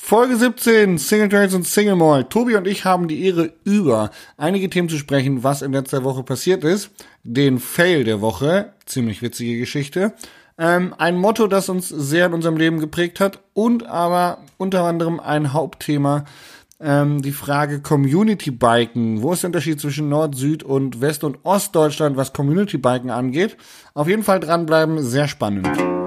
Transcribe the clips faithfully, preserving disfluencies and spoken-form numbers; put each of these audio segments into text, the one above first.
Folge siebzehn, Single Trails und Single Malt. Tobi und ich haben die Ehre, über einige Themen zu sprechen, was in letzter Woche passiert ist. Den Fail der Woche, ziemlich witzige Geschichte. Ähm, ein Motto, das uns sehr in unserem Leben geprägt hat. Und aber unter anderem ein Hauptthema, ähm, die Frage Community Biken. Wo ist der Unterschied zwischen Nord-, Süd- und West- und Ostdeutschland, was Community Biken angeht? Auf jeden Fall dranbleiben, sehr spannend.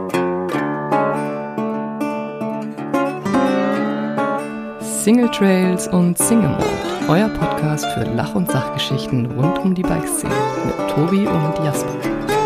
Single Trails und Single Malt, euer Podcast für Lach- und Sachgeschichten rund um die Bikeszene mit Tobi und Jasper.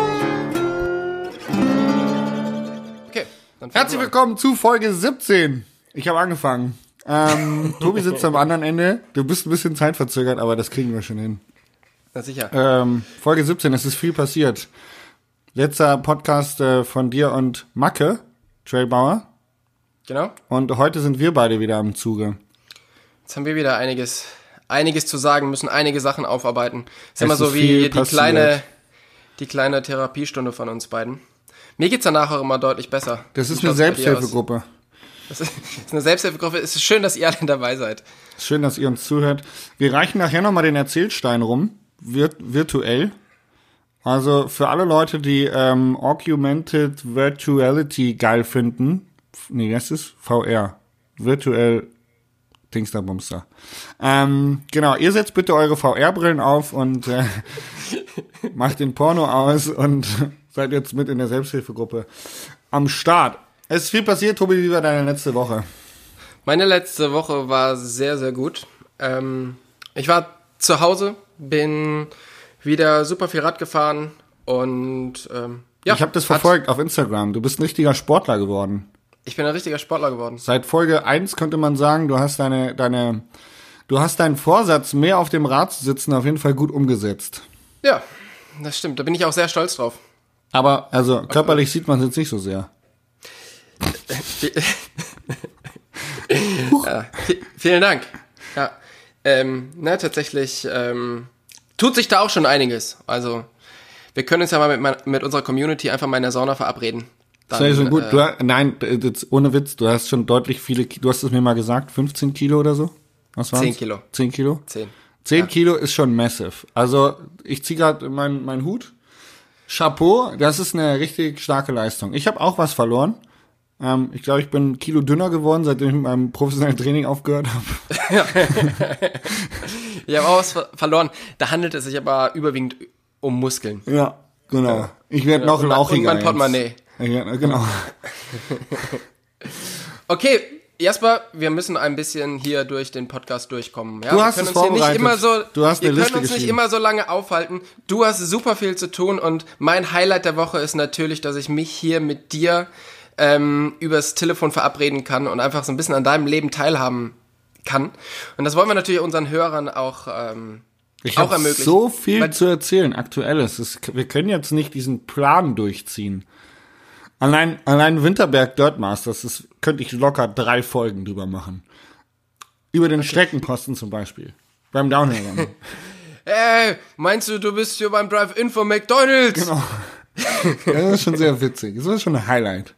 Okay, dann herzlich willkommen zu Folge siebzehn. Ich habe angefangen. Ähm, Tobi sitzt am anderen Ende. Du bist ein bisschen zeitverzögert, aber das kriegen wir schon hin. Na sicher. Ähm, Folge siebzehn, es ist viel passiert. Letzter Podcast äh, von dir und Macke, Trailbauer. Genau. Und heute sind wir beide wieder am Zuge. Jetzt haben wir wieder einiges, einiges zu sagen, müssen einige Sachen aufarbeiten. Ist immer so wie die kleine, die kleine Therapiestunde von uns beiden. Mir geht's danach auch immer deutlich besser. Das ist eine Selbsthilfegruppe. Das ist eine Selbsthilfegruppe. Es ist schön, dass ihr alle dabei seid. Schön, dass ihr uns zuhört. Wir reichen nachher nochmal den Erzählstein rum, virt- virtuell. Also für alle Leute, die ähm, Augmented Virtuality geil finden, nee, das ist V R, virtuell Dingsterbumster. Ähm, genau, ihr setzt bitte eure V R-Brillen auf und äh, macht den Porno aus und seid jetzt mit in der Selbsthilfegruppe am Start. Es ist viel passiert, Tobi, wie war deine letzte Woche? Meine letzte Woche war sehr, sehr gut. Ähm, ich war zu Hause, bin wieder super viel Rad gefahren und ähm, ja. Ich habe das verfolgt auf Instagram. Du bist ein richtiger Sportler geworden. Ich bin ein richtiger Sportler geworden. Seit Folge eins könnte man sagen, du hast deine, deine, du hast deinen Vorsatz, mehr auf dem Rad zu sitzen, auf jeden Fall gut umgesetzt. Ja, das stimmt. Da bin ich auch sehr stolz drauf. Aber, also, körperlich sieht man es jetzt nicht so sehr. ja, v- vielen Dank. Ja, ähm, na, tatsächlich, ähm, tut sich da auch schon einiges. Also, wir können uns ja mal mit, mein, mit unserer Community einfach mal in der Sauna verabreden. Dann, das ist so gut. Äh, du hast, nein, jetzt, ohne Witz, du hast schon deutlich viele, du hast es mir mal gesagt, fünfzehn Kilo oder so? Was war's? zehn Kilo. zehn Kilo? zehn. zehn Ja. Kilo ist schon massive. Also, ich ziehe gerade meinen mein Hut. Chapeau, das ist eine richtig starke Leistung. Ich habe auch was verloren. Ähm, ich glaube, ich bin ein Kilo dünner geworden, seitdem ich mit meinem professionellen Training aufgehört habe. Ich habe auch was ver- verloren. Da handelt es sich aber überwiegend um Muskeln. Ja, genau. Ja. Ich werde noch und, lauchiger. Und mein Portemonnaie. Ja, genau. Okay, Jasper, wir müssen ein bisschen hier durch den Podcast durchkommen. Ja? Du hast wir können es uns hier nicht vorbereitet. immer so, du hast wir eine können Liste uns nicht geschrieben. immer so lange aufhalten. Du hast super viel zu tun und mein Highlight der Woche ist natürlich, dass ich mich hier mit dir ähm, übers Telefon verabreden kann und einfach so ein bisschen an deinem Leben teilhaben kann. Und das wollen wir natürlich unseren Hörern auch ähm, Ich auch habe ermöglichen. so viel Weil- zu erzählen, aktuelles. Es, wir können jetzt nicht diesen Plan durchziehen. Allein, allein Winterberg Dirt Masters, das könnte ich locker drei Folgen drüber machen. Über den okay. Streckenposten zum Beispiel. Beim Downhill. Ey, meinst du, du bist hier beim Drive-In von McDonald's? Genau. Das ist schon sehr witzig. Das ist schon ein Highlight.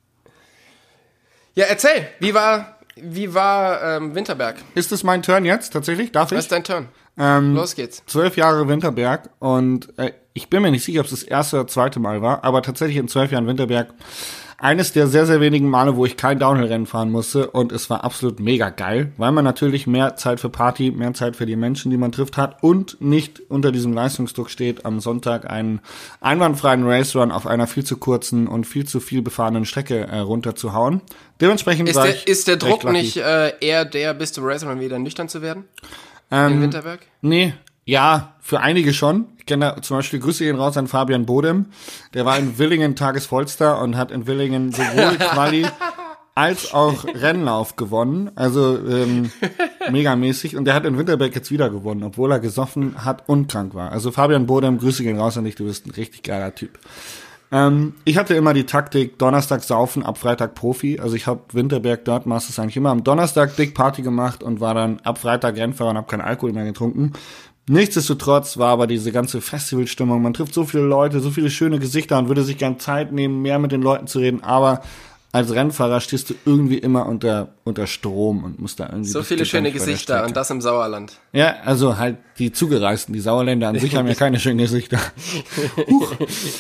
Ja, erzähl, wie war, wie war ähm, Winterberg? Ist es mein Turn jetzt, tatsächlich? Darf ich? Was ist dein Turn? Ähm, Los geht's. Zwölf Jahre Winterberg und äh, ich bin mir nicht sicher, ob es das erste oder zweite Mal war, aber tatsächlich in zwölf Jahren Winterberg eines der sehr, sehr wenigen Male, wo ich kein Downhill-Rennen fahren musste und es war absolut mega geil, weil man natürlich mehr Zeit für Party, mehr Zeit für die Menschen, die man trifft, hat und nicht unter diesem Leistungsdruck steht, am Sonntag einen einwandfreien Race-Run auf einer viel zu kurzen und viel zu viel befahrenen Strecke äh, runterzuhauen. Dementsprechend ist war der, ich Ist der Druck lucky. nicht äh, eher der, bis zum Race-Run wieder nüchtern zu werden? Ähm, in Winterberg? Nee, ja, für einige schon. Ich kenne da zum Beispiel, Grüße gehen raus an Fabian Bodem. Der war in Willingen Tagesvollster und hat in Willingen sowohl Quali als auch Rennlauf gewonnen. Also ähm, megamäßig. Und der hat in Winterberg jetzt wieder gewonnen, obwohl er gesoffen hat und krank war. Also Fabian Bodem, Grüße gehen raus an dich, du bist ein richtig geiler Typ. Ähm, ich hatte immer die Taktik, Donnerstag saufen, ab Freitag Profi. Also ich habe Winterberg Dirt Masters eigentlich immer am Donnerstag dick Party gemacht und war dann ab Freitag Rennfahrer und habe keinen Alkohol mehr getrunken. Nichtsdestotrotz war aber diese ganze Festivalstimmung, man trifft so viele Leute, so viele schöne Gesichter und würde sich gern Zeit nehmen, mehr mit den Leuten zu reden, aber als Rennfahrer stehst du irgendwie immer unter, unter Strom und musst da irgendwie... So viele schöne Gesichter und das im Sauerland. Ja, also halt die Zugereisten. Die Sauerländer an sich haben ja keine schönen Gesichter. Huch.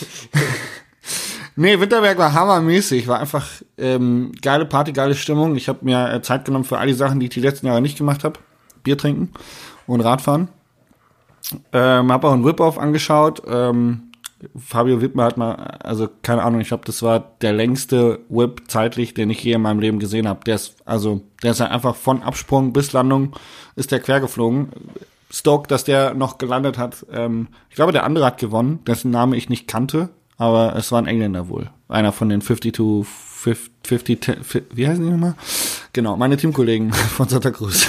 Nee, Winterberg war hammermäßig. War einfach ähm, geile Party, geile Stimmung. Ich habe mir äh, Zeit genommen für all die Sachen, die ich die letzten Jahre nicht gemacht habe. Bier trinken und Radfahren. Ähm, hab auch einen Whip-Off angeschaut. Ähm, Fabio Wittmer hat mal, also keine Ahnung, ich glaube, das war der längste Whip zeitlich, den ich je in meinem Leben gesehen habe. Der ist, also, der ist ja einfach von Absprung bis Landung ist der quer geflogen. Stoked, dass der noch gelandet hat. Ähm, ich glaube, der andere hat gewonnen, dessen Name ich nicht kannte, aber es war ein Engländer wohl. Einer von den fünfundfünfzig, fünfzig, fünfzig, wie heißen die nochmal? Genau, meine Teamkollegen von Santa Cruz.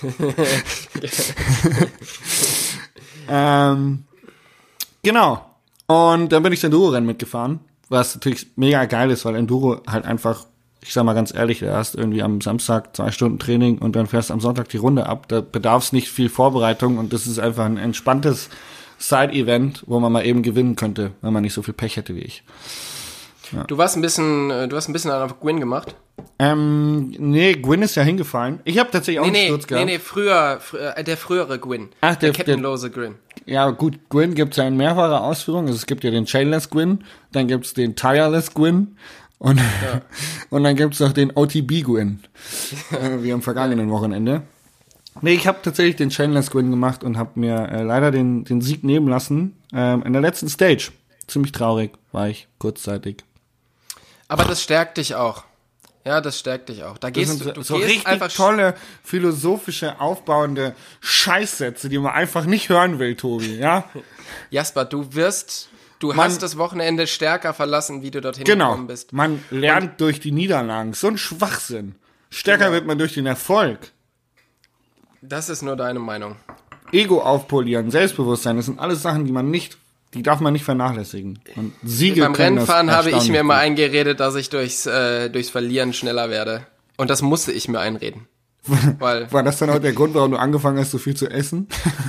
ähm, genau. Und dann bin ich das Enduro-Rennen mitgefahren, was natürlich mega geil ist, weil Enduro halt einfach, ich sag mal ganz ehrlich, du hast irgendwie am Samstag zwei Stunden Training und dann fährst am Sonntag die Runde ab. Da bedarf es nicht viel Vorbereitung und das ist einfach ein entspanntes Side-Event, wo man mal eben gewinnen könnte, wenn man nicht so viel Pech hätte wie ich. Ja. Du warst ein bisschen, du hast ein bisschen auf Gwyn gemacht. Ähm, nee, Gwyn ist ja hingefallen. Ich habe tatsächlich auch nee, einen nee, Sturz gehabt. Nee, nee, früher, früher äh, der frühere Gwyn. Ach, der, der kettenlose Gwyn. Ja, gut, Gwyn gibt's ja in mehrfacher Ausführung. Also es gibt ja den Chainless Gwyn, dann gibt's den Tireless Gwyn und, ja. und dann gibt's noch den O T B Gwyn. Wie am vergangenen Wochenende. Nee, ich habe tatsächlich den Chainless Gwyn gemacht und habe mir äh, leider den, den Sieg nehmen lassen ähm, in der letzten Stage. Ziemlich traurig war ich kurzzeitig. Aber das stärkt dich auch. Ja, das stärkt dich auch. Da Das gehst sind du, so, du so gehst richtig einfach tolle, philosophische, aufbauende Scheißsätze, die man einfach nicht hören will, Tobi, ja? Jasper, du wirst, du Man- hast das Wochenende stärker verlassen, wie du dorthin Genau, gekommen bist. man lernt durch die Niederlagen. So ein Schwachsinn. Stärker Genau. wird man durch den Erfolg. Das ist nur deine Meinung. Ego aufpolieren, Selbstbewusstsein, das sind alles Sachen, die man nicht, die darf man nicht vernachlässigen. Und Siege Beim können das Rennfahren habe ich erstaunlich mir mal gut. eingeredet, dass ich durchs, äh, durchs Verlieren schneller werde. Und das musste ich mir einreden. Weil, War das dann auch der Grund, warum du angefangen hast, so viel zu essen?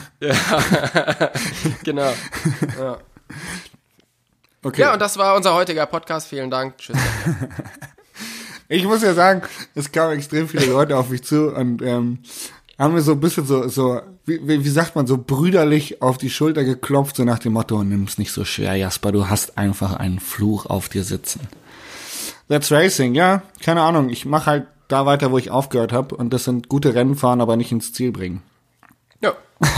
genau. Ja. Okay. ja, und das war unser heutiger Podcast. Vielen Dank. Tschüss. Ich muss ja sagen, es kamen extrem viele Leute auf mich zu und ähm, haben mir so ein bisschen so, so wie, wie wie sagt man, so brüderlich auf die Schulter geklopft, so nach dem Motto, nimm's nicht so schwer, Jasper, du hast einfach einen Fluch auf dir sitzen. That's Racing, ja, keine Ahnung, ich mache halt da weiter, wo ich aufgehört habe und das sind gute Rennen fahren, aber nicht ins Ziel bringen. Ja.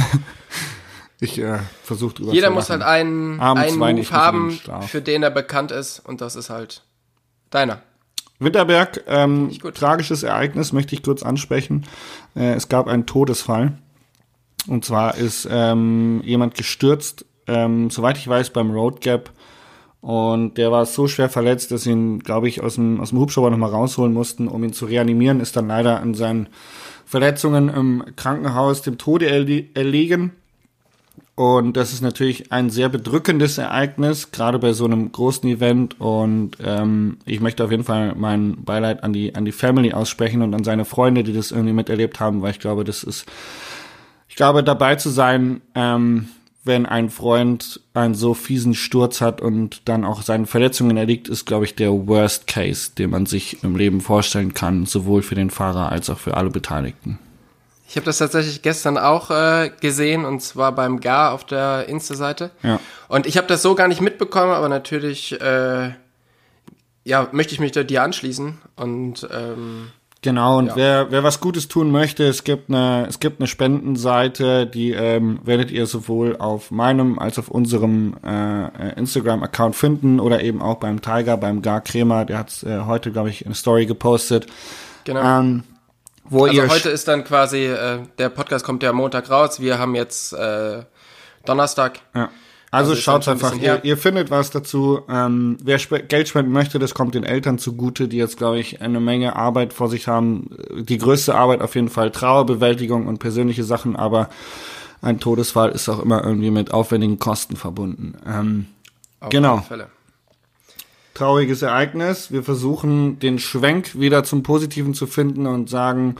Ich äh, versuche drüber Jeder zu muss lachen. halt einen, Abends einen weine Move ich mich in haben, den Schlaf. für den er bekannt ist. Und das ist halt deiner. Winterberg, ähm, gut. tragisches Ereignis, möchte ich kurz ansprechen. Äh, es gab einen Todesfall. Und zwar ist ähm, jemand gestürzt, ähm, soweit ich weiß, beim Road Gap. Und der war so schwer verletzt, dass sie ihn, glaube ich, aus dem, aus dem Hubschrauber nochmal rausholen mussten, um ihn zu reanimieren. Ist dann leider an seinen Verletzungen im Krankenhaus dem Tode erle- erlegen. Und das ist natürlich ein sehr bedrückendes Ereignis, gerade bei so einem großen Event. Und ähm, ich möchte auf jeden Fall mein Beileid an die an die Family aussprechen und an seine Freunde, die das irgendwie miterlebt haben, weil ich glaube, das ist, ich glaube, dabei zu sein, ähm, wenn ein Freund einen so fiesen Sturz hat und dann auch seinen Verletzungen erliegt, ist, glaube ich, der Worst Case, den man sich im Leben vorstellen kann, sowohl für den Fahrer als auch für alle Beteiligten. Ich habe das tatsächlich gestern auch äh, gesehen, und zwar beim G A auf der Insta-Seite. Ja. Und ich habe das so gar nicht mitbekommen, aber natürlich äh, ja, möchte ich mich da dir anschließen. Und ähm, Genau, und Ja. wer wer was Gutes tun möchte, es gibt eine es gibt eine Spendenseite, die ähm, werdet ihr sowohl auf meinem als auf unserem äh, Instagram-Account finden oder eben auch beim Tiger, beim Gar Kremer, der hat äh, heute, glaube ich, eine Story gepostet. genau. Ähm, wo Also ihr heute ist dann quasi, äh, der Podcast kommt ja Montag raus, wir haben jetzt äh, Donnerstag. Ja. Also, Also ist schaut dann schon ein einfach, bisschen ihr, her. ihr findet was dazu. Ähm, wer spe- Geld spenden möchte, das kommt den Eltern zugute, die jetzt, glaube ich, eine Menge Arbeit vor sich haben. Die größte Arbeit auf jeden Fall Trauerbewältigung und persönliche Sachen, aber ein Todesfall ist auch immer irgendwie mit aufwendigen Kosten verbunden. Ähm, Auf Genau. alle Fälle. trauriges Ereignis. Wir versuchen, den Schwenk wieder zum Positiven zu finden und sagen,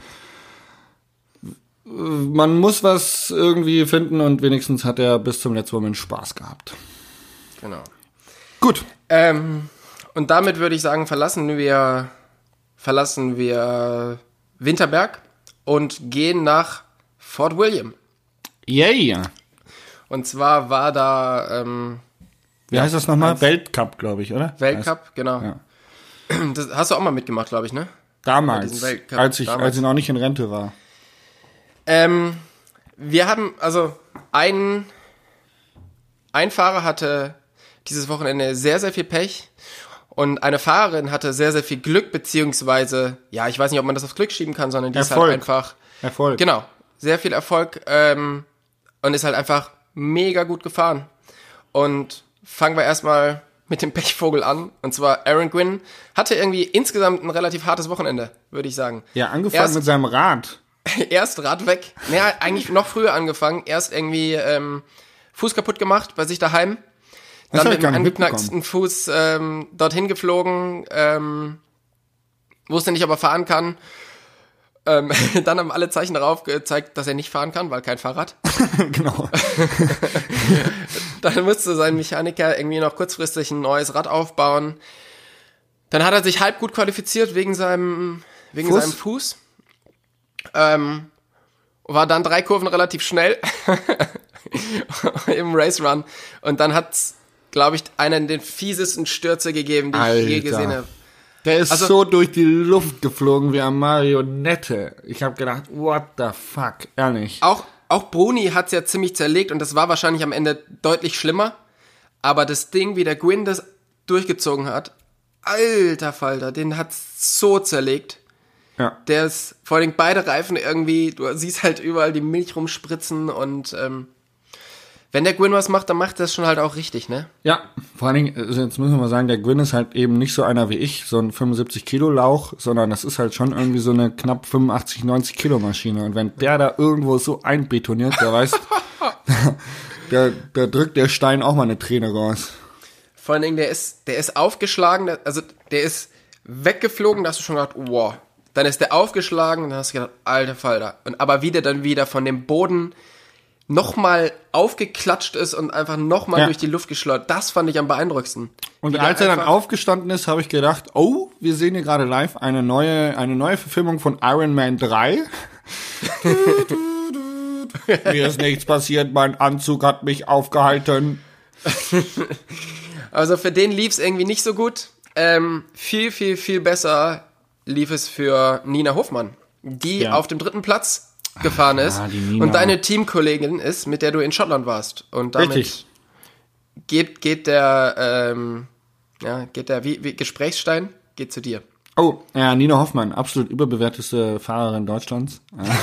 man muss was irgendwie finden und wenigstens hat er bis zum letzten Moment Spaß gehabt. Genau. Gut. Ähm, und damit würde ich sagen, verlassen wir verlassen wir Winterberg und gehen nach Fort William. Yay! Und zwar war da... Ähm, Wie heißt das nochmal? Weltcup, glaube ich, oder? Weltcup, heißt, genau. Ja. Das hast du auch mal mitgemacht, glaube ich, ne? Damals, Weltcup, als ich, damals. als ich noch nicht in Rente war. Ähm, wir haben, also ein, ein Fahrer hatte dieses Wochenende sehr, sehr viel Pech und eine Fahrerin hatte sehr, sehr viel Glück, beziehungsweise, ja, ich weiß nicht, ob man das auf Glück schieben kann, sondern die Erfolg. ist halt einfach... Erfolg. Genau, sehr viel Erfolg ähm, und ist halt einfach mega gut gefahren. Und fangen wir erstmal mit dem Pechvogel an. Und zwar Aaron Gwin hatte irgendwie insgesamt ein relativ hartes Wochenende, würde ich sagen. Ja, angefangen Erst- mit seinem Rad. Erst Rad weg. Naja, eigentlich noch früher angefangen. Erst irgendwie ähm, Fuß kaputt gemacht bei sich daheim. Das Dann hab ich mit gar einem nicht angeknacksten Fuß ähm, dorthin geflogen. Ähm, wusste nicht, ob er fahren kann. Ähm, dann haben alle Zeichen darauf gezeigt, dass er nicht fahren kann, weil kein Fahrrad. Genau. Dann musste sein Mechaniker irgendwie noch kurzfristig ein neues Rad aufbauen. Dann hat er sich halb gut qualifiziert wegen seinem, wegen Fuß? seinem Fuß. Ähm, war dann drei Kurven relativ schnell im Race Run. Und dann hat's, glaube ich, einen den fiesesten Stürze gegeben, die ich je Alter. gesehen habe. Der ist Also- so durch die Luft geflogen wie eine Marionette. Ich habe gedacht, what the fuck, ehrlich. Auch, auch Bruni hat's ja ziemlich zerlegt und das war wahrscheinlich am Ende deutlich schlimmer. Aber das Ding, wie der Gwin das durchgezogen hat, alter Falter, den hat's so zerlegt. Ja. Der ist, vor allem beide Reifen irgendwie, du siehst halt überall die Milch rumspritzen und ähm, wenn der Gwin was macht, dann macht er das schon halt auch richtig, ne? Ja, vor allen Dingen, also jetzt müssen wir mal sagen, der Gwin ist halt eben nicht so einer wie ich, so ein fünfundsiebzig Kilo Lauch, sondern das ist halt schon irgendwie so eine knapp fünfundachtzig, neunzig Kilo Maschine. Und wenn der da irgendwo so einbetoniert, der weiß, der, der drückt der Stein auch mal eine Träne raus. Vor allen Dingen, der ist, der ist aufgeschlagen, der- also der ist weggeflogen, da hast du schon gedacht, wow. Dann ist der aufgeschlagen und dann hast du gedacht, alter Falter. Und aber wie der dann wieder von dem Boden nochmal aufgeklatscht ist und einfach nochmal Ja. durch die Luft geschleudert. Das fand ich am beeindruckendsten. Und Wie der als er dann einfach- aufgestanden ist, habe ich gedacht, oh, wir sehen hier gerade live eine neue, eine neue Verfilmung von Iron Man drei. Mir ist nichts passiert, mein Anzug hat mich aufgehalten. Also für den lief es irgendwie nicht so gut. Ähm, viel, viel, viel besser lief es für Nina Hofmann, die Ja. auf dem dritten Platz gefahren ist die Nina. und deine Teamkollegin ist, mit der du in Schottland warst. Und damit Richtig. geht, geht der, ähm, ja, geht der wie, wie Gesprächsstein geht zu dir. Oh, ja, Nina Hoffmann, absolut überbewerteste Fahrerin Deutschlands.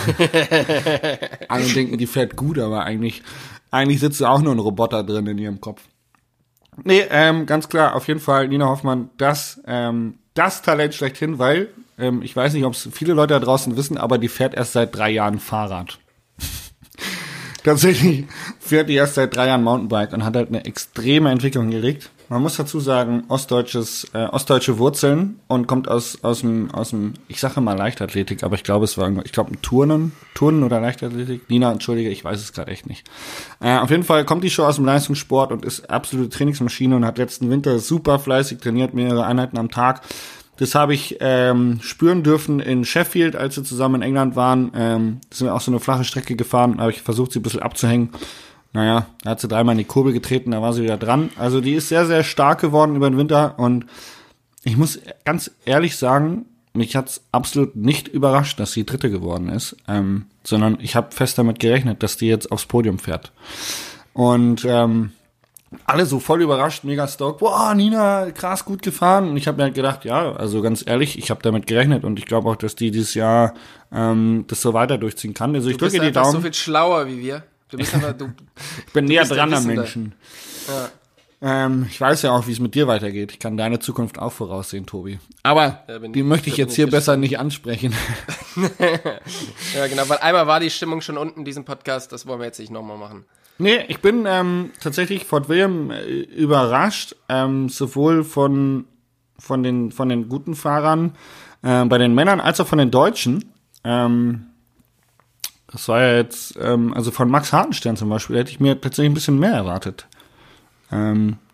Alle denken, die fährt gut, aber eigentlich, eigentlich sitzt auch nur ein Roboter drin in ihrem Kopf. Nee, ähm, ganz klar, auf jeden Fall Nina Hoffmann, das, ähm, das Talent schlechthin, weil, ähm, ich weiß nicht, ob es viele Leute da draußen wissen, aber die fährt erst seit drei Jahren Fahrrad. Tatsächlich fährt die erst seit drei Jahren Mountainbike und hat halt eine extreme Entwicklung gelegt. Man muss dazu sagen, ostdeutsches, äh, ostdeutsche Wurzeln und kommt aus aus dem aus dem, ich sage mal Leichtathletik, aber ich glaube es war irgendwo- ich glaube ein Turnen, Turnen oder Leichtathletik. Nina, entschuldige, ich weiß es gerade echt nicht. Äh, auf jeden Fall kommt die schon aus dem Leistungssport und ist absolute Trainingsmaschine und hat letzten Winter super fleißig trainiert, mehrere Einheiten am Tag. Das habe ich ähm, spüren dürfen in Sheffield, als wir zusammen in England waren. Ähm, sind wir auch so eine flache Strecke gefahren, habe ich versucht, sie ein bisschen abzuhängen. Naja, da hat sie dreimal in die Kurbel getreten, da war sie wieder dran. Also die ist sehr, sehr stark geworden über den Winter und ich muss ganz ehrlich sagen, mich hat's absolut nicht überrascht, dass sie Dritte geworden ist, ähm, sondern ich habe fest damit gerechnet, dass die jetzt aufs Podium fährt. Und ähm, alle so voll überrascht, mega stoked. Boah, Nina, krass gut gefahren. Und ich habe mir halt gedacht, ja, also ganz ehrlich, ich habe damit gerechnet und ich glaube auch, dass die dieses Jahr ähm, das so weiter durchziehen kann. Also ich Du bist drücke die einfach Daumen. so viel schlauer wie wir. Du bist einfach, du, Ich bin näher bist der dran am Wissende. Menschen. ja. Ähm, ich weiß ja auch, wie es mit dir weitergeht. Ich kann deine Zukunft auch voraussehen, Tobi. Aber Da bin die ich- möchte ich da bin jetzt ich hier gespannt. besser nicht ansprechen. Ja, genau, weil einmal war die Stimmung schon unten in diesem Podcast, das wollen wir jetzt nicht nochmal machen. Nee, ich bin ähm, tatsächlich Fort William äh, überrascht, ähm, sowohl von von den von den guten Fahrern äh, bei den Männern als auch von den Deutschen. Ähm, das war ja jetzt, ähm, also von Max Hartenstern zum Beispiel, hätte ich mir tatsächlich ein bisschen mehr erwartet. Ähm,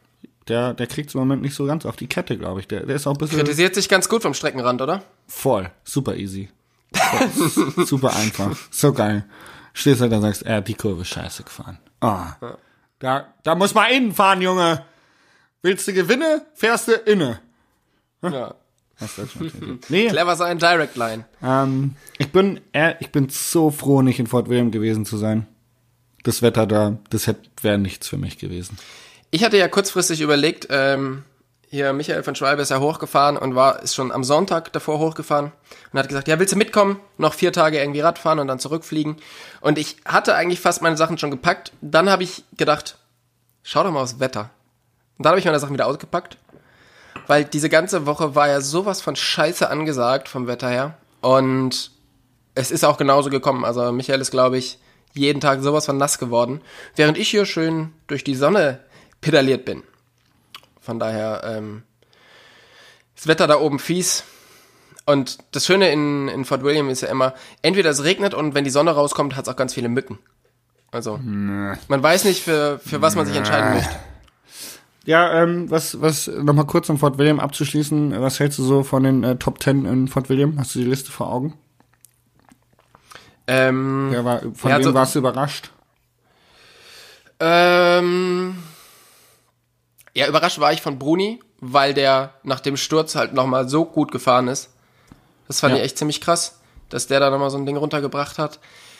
Der, der kriegt es im Moment nicht so ganz auf die Kette, glaube ich. Der, der ist auch ein bisschen... Kritisiert sich ganz gut vom Streckenrand, oder? Voll. Super easy. Voll. Super einfach. So geil. Stehst halt da und sagst, er hat die Kurve scheiße gefahren. Ah. Ja. Da, da muss man innen fahren, Junge. Willst du gewinnen, fährst du inne. Hm? Ja. Hast du schon nee. Clever sein, Direct Line. Ähm, ich bin, äh, ich bin so froh, nicht in Fort William gewesen zu sein. Das Wetter da, das hätte, wäre nichts für mich gewesen. Ich hatte ja kurzfristig überlegt, ähm, hier Michael von Schwalbe ist ja hochgefahren und war, ist schon am Sonntag davor hochgefahren und hat gesagt, ja, willst du mitkommen? Noch vier Tage irgendwie Radfahren und dann zurückfliegen. Und ich hatte eigentlich fast meine Sachen schon gepackt. Dann habe ich gedacht, schau doch mal aufs Wetter. Und dann habe ich meine Sachen wieder ausgepackt. Weil diese ganze Woche war ja sowas von Scheiße angesagt vom Wetter her. Und es ist auch genauso gekommen. Also Michael ist, glaube ich, jeden Tag sowas von nass geworden. Während ich hier schön durch die Sonne pedaliert bin. Von daher, ähm, das Wetter da oben fies. Und das Schöne in, in Fort William ist ja immer, entweder es regnet und wenn die Sonne rauskommt, hat es auch ganz viele Mücken. Also, nee. Man weiß nicht, für, für was man sich entscheiden möchte. Ja, ähm, was, was, nochmal kurz um Fort William abzuschließen, was hältst du so von den äh, Top Ten in Fort William? Hast du die Liste vor Augen? Ähm, ja, war, von ja, wem so, warst du überrascht? Ähm, ja, überrascht war ich von Bruni, weil der nach dem Sturz halt nochmal so gut gefahren ist. Das fand ja. ich echt ziemlich krass, dass der da nochmal so ein Ding runtergebracht hat.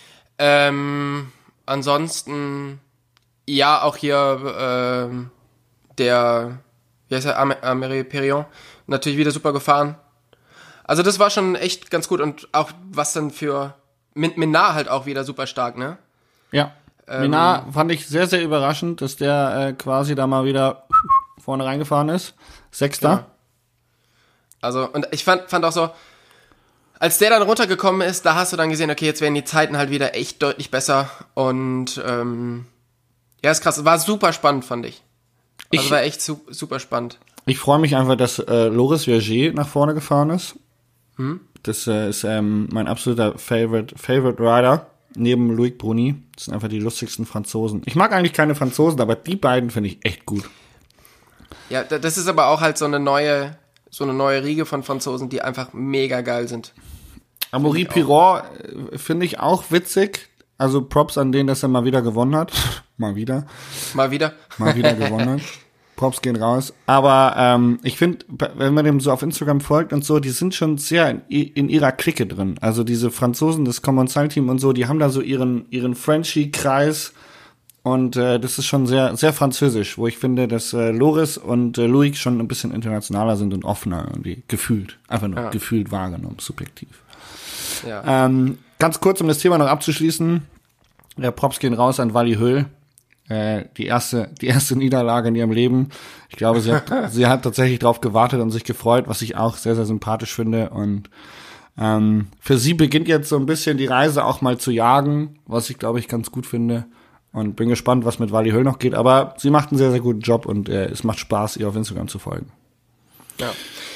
Ähm, ansonsten, ja, auch hier, ähm, der, wie heißt er, Amaury Perion, natürlich wieder super gefahren. Also das war schon echt ganz gut und auch was dann für Minard halt auch wieder super stark, ne? Ja, ähm, Minard fand ich sehr, sehr überraschend, dass der äh, quasi da mal wieder vorne reingefahren ist. Sechster. Ja. Also, und ich fand, fand auch so, als der dann runtergekommen ist, da hast du dann gesehen, okay, jetzt werden die Zeiten halt wieder echt deutlich besser und ähm, ja, ist krass, war super spannend, fand ich. Also ich, war echt su- super spannend. Ich freue mich einfach, dass äh, Loris Verger nach vorne gefahren ist. Hm? Das äh, ist ähm, mein absoluter Favorite, Favorite Rider, neben Loic Bruni. Das sind einfach die lustigsten Franzosen. Ich mag eigentlich keine Franzosen, aber die beiden finde ich echt gut. Ja, das ist aber auch halt so eine neue, so eine neue Riege von Franzosen, die einfach mega geil sind. Amaury Perion finde ich auch witzig. Also Props an den, dass er mal wieder gewonnen hat. mal wieder. Mal wieder. Mal wieder gewonnen hat. Props gehen raus. Aber ähm, ich finde, wenn man dem so auf Instagram folgt und so, die sind schon sehr in, in ihrer Clique drin. Also diese Franzosen, das Commensal-Team und so, die haben da so ihren ihren Frenchie-Kreis. Und äh, das ist schon sehr sehr französisch, wo ich finde, dass äh, Loris und äh, Loic schon ein bisschen internationaler sind und offener irgendwie gefühlt. Einfach nur ja. gefühlt wahrgenommen, subjektiv. Ja. Ähm, ganz kurz, um das Thema noch abzuschließen. Der Props gehen raus an Wally Höll. Äh, die erste, die erste Niederlage in ihrem Leben. Ich glaube, sie hat, sie hat tatsächlich drauf gewartet und sich gefreut, was ich auch sehr, sehr sympathisch finde. Und ähm, für sie beginnt jetzt so ein bisschen die Reise auch mal zu jagen, was ich, glaube ich, ganz gut finde. Und bin gespannt, was mit Wally Höll noch geht. Aber sie macht einen sehr, sehr guten Job und äh, es macht Spaß, ihr auf Instagram zu folgen. Ja.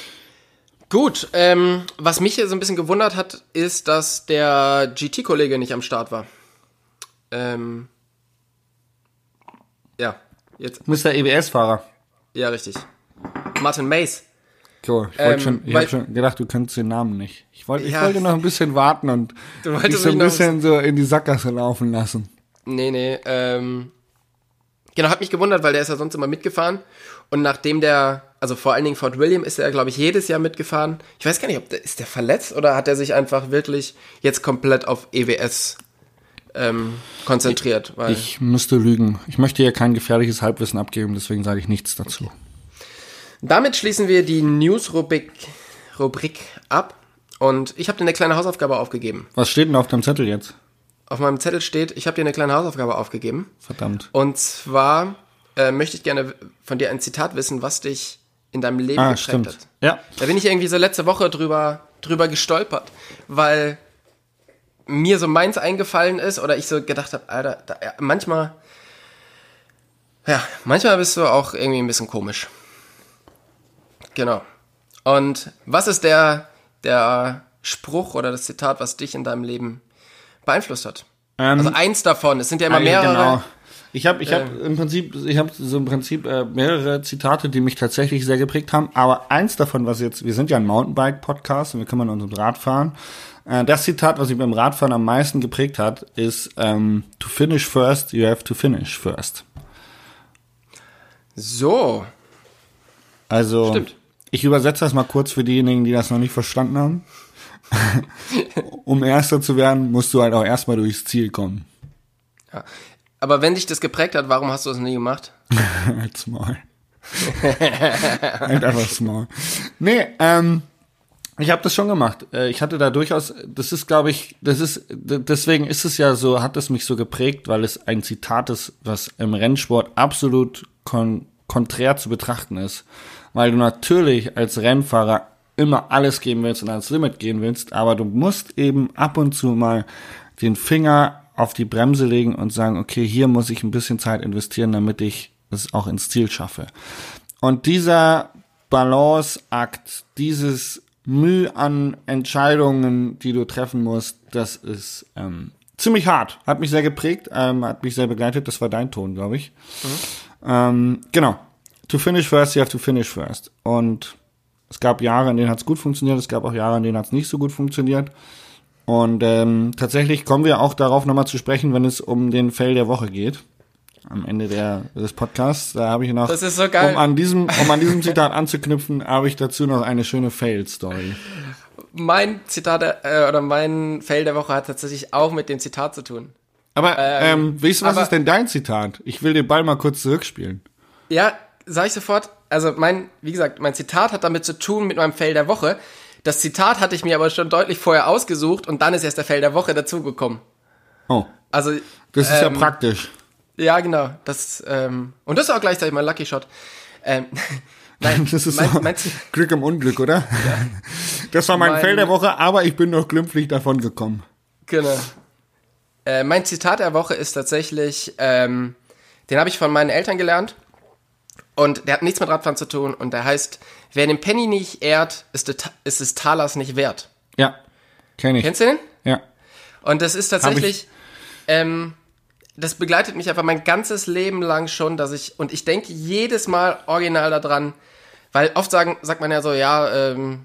Gut, ähm, was mich hier so ein bisschen gewundert hat, ist, dass der G T-Kollege nicht am Start war. Ähm, ja, jetzt. Mister E W S-Fahrer. Ja, richtig. Martin Mays. Cool, ich, ähm, schon, ich habe schon gedacht, du könntest den Namen nicht. Ich, wollt, ich ja. wollte noch ein bisschen warten und dich so ein bisschen so in die Sackgasse laufen lassen. Nee, nee, ähm, genau, hat mich gewundert, weil der ist ja sonst immer mitgefahren. Und nachdem der, also vor allen Dingen Fort William ist er, glaube ich, jedes Jahr mitgefahren. Ich weiß gar nicht, ob der, ist der verletzt oder hat er sich einfach wirklich jetzt komplett auf E W S ähm, konzentriert? Weil ich müsste lügen. Ich möchte hier kein gefährliches Halbwissen abgeben, deswegen sage ich nichts dazu. Okay. Damit schließen wir die News-Rubrik Rubrik ab. Und ich habe dir eine kleine Hausaufgabe aufgegeben. Was steht denn auf deinem Zettel jetzt? Auf meinem Zettel steht, ich habe dir eine kleine Hausaufgabe aufgegeben. Verdammt. Und zwar äh, möchte ich gerne von dir ein Zitat wissen, was dich in deinem Leben ah, geprägt stimmt. hat. Ja. Da bin ich irgendwie so letzte Woche drüber, drüber gestolpert, weil mir so meins eingefallen ist oder ich so gedacht habe, Alter, da, ja, manchmal, ja, manchmal bist du auch irgendwie ein bisschen komisch. Genau. Und was ist der, der Spruch oder das Zitat, was dich in deinem Leben beeinflusst hat? Ähm, also eins davon, es sind ja immer mehrere. Genau. Ich habe ich hab ähm. im Prinzip, ich habe so im Prinzip äh, mehrere Zitate, die mich tatsächlich sehr geprägt haben. Aber eins davon, was jetzt, wir sind ja ein Mountainbike-Podcast und wir kümmern uns um Radfahren. Äh, das Zitat, was mich beim Radfahren am meisten geprägt hat, ist ähm, to finish first, you have to finish first. So. Also, Stimmt. Ich übersetze das mal kurz für diejenigen, die das noch nicht verstanden haben. Um Erster zu werden, musst du halt auch erstmal durchs Ziel kommen. Ja. Aber wenn dich das geprägt hat, warum hast du das nie gemacht? Halt small. Halt einfach small. Nee, ähm, ich habe das schon gemacht. Ich hatte da durchaus, das ist, glaube ich, das ist, deswegen ist es ja so, hat es mich so geprägt, weil es ein Zitat ist, was im Rennsport absolut kon- konträr zu betrachten ist. Weil du natürlich als Rennfahrer immer alles geben willst und ans Limit gehen willst, aber du musst eben ab und zu mal den Finger auf die Bremse legen und sagen, okay, hier muss ich ein bisschen Zeit investieren, damit ich es auch ins Ziel schaffe. Und dieser Balanceakt, dieses Mühe an Entscheidungen, die du treffen musst, das ist ähm, ziemlich hart. Hat mich sehr geprägt, ähm, hat mich sehr begleitet. Das war dein Ton, glaube ich. Mhm. Ähm, genau. To finish first, you have to finish first. Und es gab Jahre, in denen hat es gut funktioniert, es gab auch Jahre, in denen hat es nicht so gut funktioniert. Und ähm, tatsächlich kommen wir auch darauf nochmal zu sprechen, wenn es um den Fail der Woche geht. Am Ende der, des Podcasts, da habe ich noch, das ist so geil. um an diesem, um an diesem Zitat anzuknüpfen, habe ich dazu noch eine schöne Fail-Story. Mein Zitat äh, oder mein Fail der Woche hat tatsächlich auch mit dem Zitat zu tun. Aber ähm, ähm, weißt du, was aber, ist denn dein Zitat? Ich will den Ball mal kurz zurückspielen. Ja, sag ich sofort. Also mein, wie gesagt, mein Zitat hat damit zu tun mit meinem Fail der Woche. Das Zitat hatte ich mir aber schon deutlich vorher ausgesucht und dann ist erst der Fail der Woche dazugekommen. Oh. Also das ist ähm, ja praktisch. Ja, genau. Das ähm, und das ist auch gleichzeitig mein Lucky Shot. Ähm, nein, das ist mein, so mein, Glück im Unglück, oder? Ja. Das war mein, mein Fail der Woche, aber ich bin noch glimpflich davon gekommen. Genau. Äh, mein Zitat der Woche ist tatsächlich, ähm, den habe ich von meinen Eltern gelernt. Und der hat nichts mit Radfahren zu tun und der heißt, wer den Penny nicht ehrt, ist, de, ist des Talers nicht wert. Ja, kenn ich. Kennst du den? Ja. Und das ist tatsächlich, ähm, das begleitet mich einfach mein ganzes Leben lang schon, dass ich, und ich denke jedes Mal original daran, weil oft sagen, sagt man ja so, ja, ähm,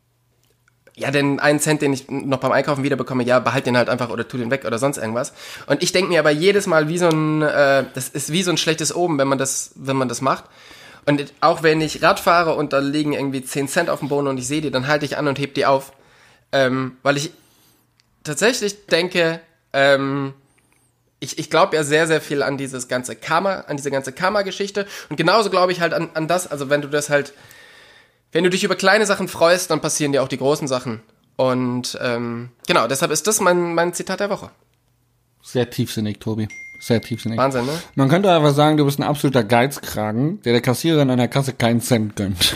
ja, den einen Cent, den ich noch beim Einkaufen wiederbekomme, ja, behalt den halt einfach oder tu den weg oder sonst irgendwas. Und ich denke mir aber jedes Mal wie so ein, äh, das ist wie so ein schlechtes Omen, wenn man das, wenn man das macht. Und auch wenn ich Rad fahre und da liegen irgendwie zehn Cent auf dem Boden und ich sehe die, dann halte ich an und heb die auf. Ähm, weil ich tatsächlich denke, ähm, ich, ich glaube ja sehr, sehr viel an dieses ganze Karma, an diese ganze Karma-Geschichte. Und genauso glaube ich halt an, an das, also wenn du das halt, wenn du dich über kleine Sachen freust, dann passieren dir auch die großen Sachen. Und ähm, genau, deshalb ist das mein, mein Zitat der Woche. Sehr tiefsinnig, Tobi. Sehr tiefsinnig. Wahnsinn, ne? Man könnte einfach sagen, du bist ein absoluter Geizkragen, der der Kassiererin an der Kasse keinen Cent gönnt.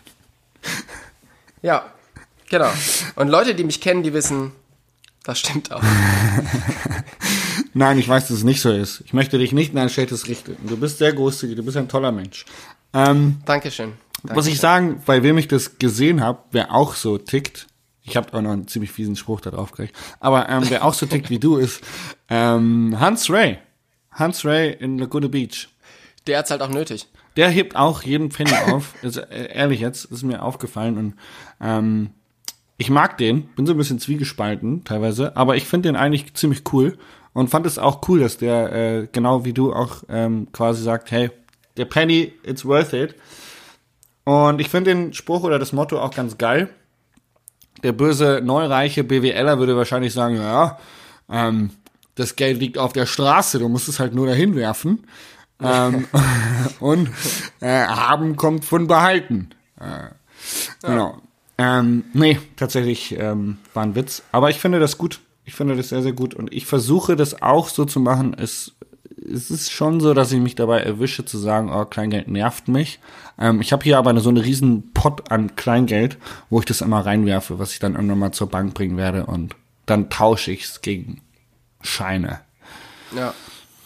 Ja, genau. Und Leute, die mich kennen, die wissen, das stimmt auch. Nein, ich weiß, dass es nicht so ist. Ich möchte dich nicht in ein schlechtes richten. Du bist sehr großzügig, du bist ein toller Mensch. Ähm, Dankeschön. Dankeschön. Was ich sagen, bei wem ich das gesehen habe, wer auch so tickt, ich habe auch noch einen ziemlich fiesen Spruch da drauf gekriegt, aber ähm, wer auch so tickt wie du ist, ähm, Hans Ray. Hans Ray in Laguna Beach. Der hat's halt auch nötig. Der hebt auch jeden Penny auf. Also, äh, ehrlich jetzt, ist mir aufgefallen und ähm, ich mag den, bin so ein bisschen zwiegespalten teilweise, aber ich finde den eigentlich ziemlich cool und fand es auch cool, dass der äh, genau wie du auch ähm, quasi sagt, hey, der Penny, it's worth it. Und ich finde den Spruch oder das Motto auch ganz geil. Der böse, neureiche BWLer würde wahrscheinlich sagen, ja, ähm, das Geld liegt auf der Straße, du musst es halt nur dahin werfen. ähm, und äh, haben kommt von behalten. Äh, ja. Genau. Ähm, nee, tatsächlich ähm, war ein Witz. Aber ich finde das gut. Ich finde das sehr, sehr gut. Und ich versuche das auch so zu machen. Es Es ist schon so, dass ich mich dabei erwische zu sagen, oh, Kleingeld nervt mich. Ähm, ich habe hier aber eine, so einen riesen Pot an Kleingeld, wo ich das immer reinwerfe, was ich dann irgendwann mal zur Bank bringen werde und dann tausche ich es gegen Scheine. Ja.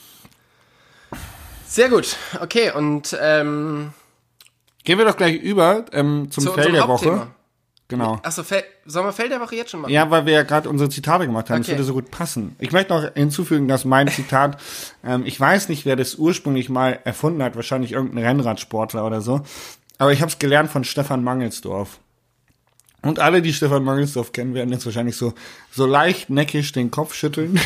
Sehr gut. Okay, und ähm, gehen wir doch gleich über ähm, zum zu Fail der Hauptthema. Woche. Genau. Achso, Fel- sollen wir Feld der Woche jetzt schon machen? Ja, weil wir ja gerade unsere Zitate gemacht haben. Das Okay. würde so gut passen. Ich möchte noch hinzufügen, dass mein Zitat, ähm, ich weiß nicht, wer das ursprünglich mal erfunden hat, wahrscheinlich irgendein Rennradsportler oder so, aber ich habe es gelernt von Stefan Mangelsdorf. Und alle, die Stefan Mangelsdorf kennen, werden jetzt wahrscheinlich so, so leicht neckisch den Kopf schütteln.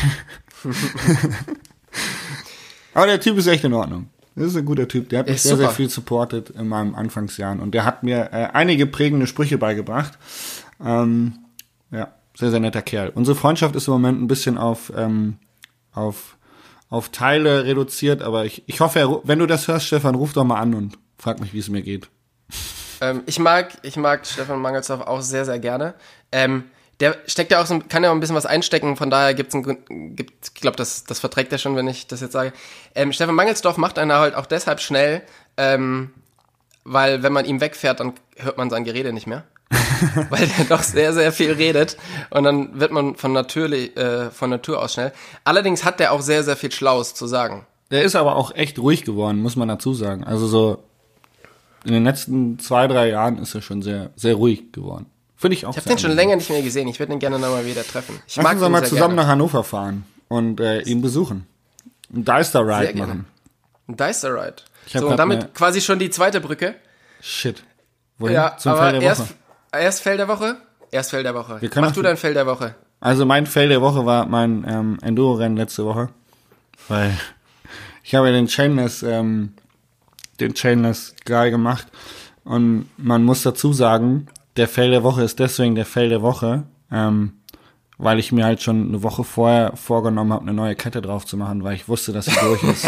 Aber der Typ ist echt in Ordnung. Das ist ein guter Typ. Der hat mich Ist sehr, super. sehr viel supportet in meinen Anfangsjahren. Und der hat mir äh, einige prägende Sprüche beigebracht. Ähm, ja, sehr, sehr netter Kerl. Unsere Freundschaft ist im Moment ein bisschen auf, ähm, auf, auf Teile reduziert. Aber ich, ich hoffe, er, ru- wenn du das hörst, Stefan, ruf doch mal an und frag mich, wie es mir geht. Ähm, ich mag, ich mag Stefan Mangelsdorf auch sehr, sehr gerne. Ähm, der steckt ja auch so, kann ja auch ein bisschen was einstecken, von daher gibt's ein, gibt, ich glaube, das, das verträgt er schon, wenn ich das jetzt sage. Ähm, Stefan Mangelsdorf macht einen halt auch deshalb schnell, ähm, weil wenn man ihm wegfährt, dann hört man sein Gerede nicht mehr. Weil der doch sehr, sehr viel redet und dann wird man von, natürlich, äh, von Natur aus schnell. Allerdings hat der auch sehr, sehr viel Schlaues zu sagen. Der ist aber auch echt ruhig geworden, muss man dazu sagen. Also so in den letzten zwei, drei Jahren ist er schon sehr, sehr ruhig geworden. Finde ich auch. Ich habe den schon länger nicht mehr gesehen. Ich würde ihn gerne nochmal wieder treffen. Ich Lass mag uns ihn doch mal sehr zusammen gerne. nach Hannover fahren und äh, ihn besuchen. Ein Deister Sehr Ride gerne. machen. Ein Deister Ride. Ich hab So, grad und damit eine- quasi schon die zweite Brücke. Shit. Wohin? Ja, Zum aber Fell der Woche. erst, erst Fell der Woche, erst Fell der Woche. Wir können Mach auch- du dein Fell der Woche. Also mein Fail der Woche war mein ähm, Enduro-Rennen letzte Woche. Weil ich habe ja den Chainless, ähm, den Chainless geil gemacht. Und man muss dazu sagen, der Fail der Woche ist deswegen der Fail der Woche, ähm, weil ich mir halt schon eine Woche vorher vorgenommen habe, eine neue Kette drauf zu machen, weil ich wusste, dass sie durch ist.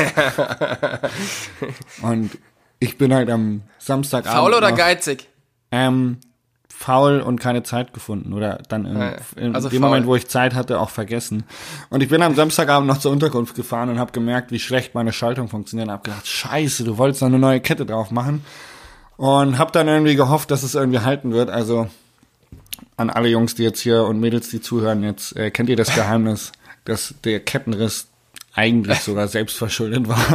Und ich bin halt am Samstagabend Faul oder noch, geizig? Ähm, faul und keine Zeit gefunden oder dann in, Ja, ja. in Also dem faul. Moment, wo ich Zeit hatte, auch vergessen. Und ich bin am Samstagabend noch zur Unterkunft gefahren und habe gemerkt, wie schlecht meine Schaltung funktioniert und habe gedacht, scheiße, du wolltest noch eine neue Kette drauf machen. Und habe dann irgendwie gehofft, dass es irgendwie halten wird. Also an alle Jungs, die jetzt hier und Mädels, die zuhören, jetzt äh, kennt ihr das Geheimnis, dass der Kettenriss eigentlich sogar selbstverschuldet war.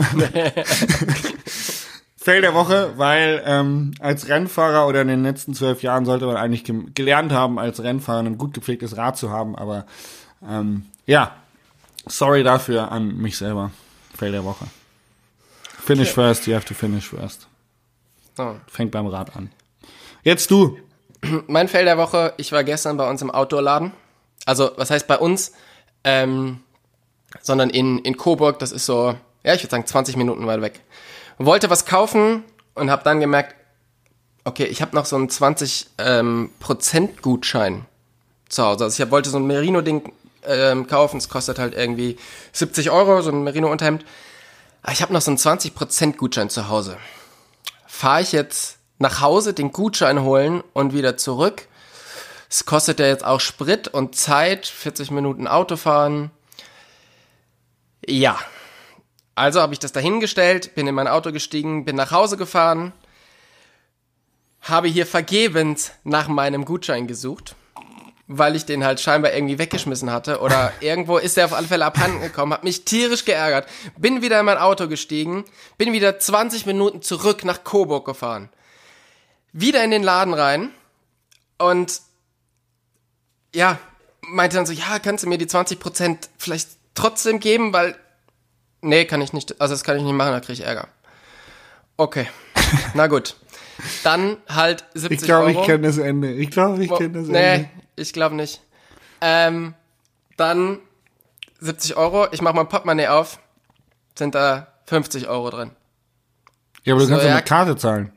Fail der Woche, weil ähm, als Rennfahrer oder in den letzten zwölf Jahren sollte man eigentlich gem- gelernt haben, als Rennfahrer ein gut gepflegtes Rad zu haben. Aber ähm, ja, sorry dafür an mich selber. Fail der Woche. Finish Okay. first, you have to finish first. So. Fängt beim Rad an. Jetzt du. Mein Fell der Woche, ich war gestern bei uns im Outdoor-Laden. Also, was heißt bei uns? Ähm, sondern in, in Coburg, das ist so, ja, ich würde sagen zwanzig Minuten weit weg. Wollte was kaufen und habe dann gemerkt, okay, ich habe noch so einen zwanzig Prozent Gutschein zu Hause. Also ich hab, wollte so ein Merino-Ding ähm, kaufen, es kostet halt irgendwie siebzig Euro, so ein Merino-Unterhemd. Aber ich habe noch so einen zwanzig Prozent Gutschein zu Hause. Fahre ich jetzt nach Hause, den Gutschein holen und wieder zurück. Es kostet ja jetzt auch Sprit und Zeit, vierzig Minuten Autofahren. Ja, also habe ich das dahingestellt, bin in mein Auto gestiegen, bin nach Hause gefahren, habe hier vergebens nach meinem Gutschein gesucht, weil ich den halt scheinbar irgendwie weggeschmissen hatte oder irgendwo ist der auf alle Fälle abhanden gekommen, habe mich tierisch geärgert, bin wieder in mein Auto gestiegen, bin wieder zwanzig Minuten zurück nach Coburg gefahren, wieder in den Laden rein und ja, meinte dann so, ja, kannst du mir die zwanzig Prozent vielleicht trotzdem geben, weil, nee, kann ich nicht, also das kann ich nicht machen, da kriege ich Ärger. Okay, na gut. Dann halt siebzig Ich glaube, Euro. ich kenne das Ende. Ich glaube, ich kenne das Nee, Ende. ich glaube nicht. Ähm, dann siebzig Euro, ich mache mein Portemonnaie auf, sind da fünfzig Euro drin. Ja, aber du So, kannst ja ja. mit Karte zahlen.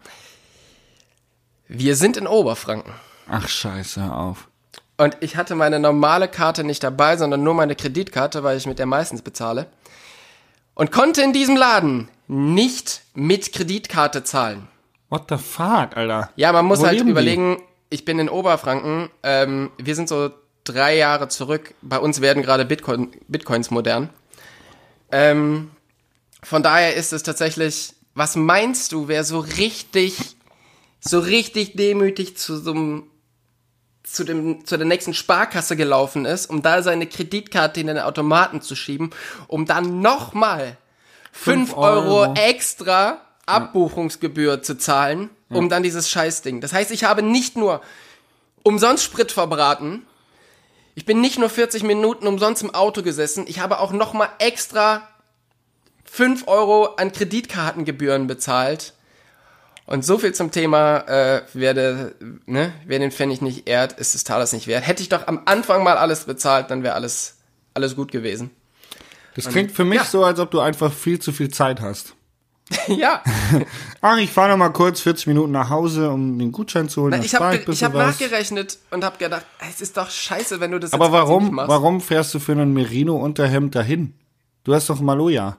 Wir sind in Oberfranken. Ach, scheiße, hör auf. Und ich hatte meine normale Karte nicht dabei, sondern nur meine Kreditkarte, weil ich mit der meistens bezahle. Und konnte in diesem Laden nicht mit Kreditkarte zahlen. What the fuck, Alter? Ja, man muss Wo halt leben die? überlegen, ich bin in Oberfranken, ähm, wir sind so drei Jahre zurück, bei uns werden gerade Bitcoin, Bitcoins modern. Ähm, von daher ist es tatsächlich, was meinst du, wer so richtig, so richtig demütig zu so einem zu dem zu der nächsten Sparkasse gelaufen ist, um da seine Kreditkarte in den Automaten zu schieben, um dann nochmal fünf Fünf Euro Euro. extra Abbuchungsgebühr zu zahlen, um dann dieses Scheißding. Das heißt, ich habe nicht nur umsonst Sprit verbraten. Ich bin nicht nur vierzig Minuten umsonst im Auto gesessen, ich habe auch nochmal extra fünf Euro an Kreditkartengebühren bezahlt. Und so viel zum Thema, äh, wer, de, ne, wer den Pfennig nicht ehrt, ist des Talers nicht wert. Hätte ich doch am Anfang mal alles bezahlt, dann wäre alles, alles gut gewesen. Das klingt für mich ja. so, als ob du einfach viel zu viel Zeit hast. Ja. Ach, ich fahre noch mal kurz vierzig Minuten nach Hause, um den Gutschein zu holen. Na, dann ich habe spar ich hab was. nachgerechnet und habe gedacht, es ist doch scheiße, wenn du das Aber jetzt quasi warum, nicht machst. warum fährst du für einen Merino-Unterhemd dahin? Du hast doch Maloja.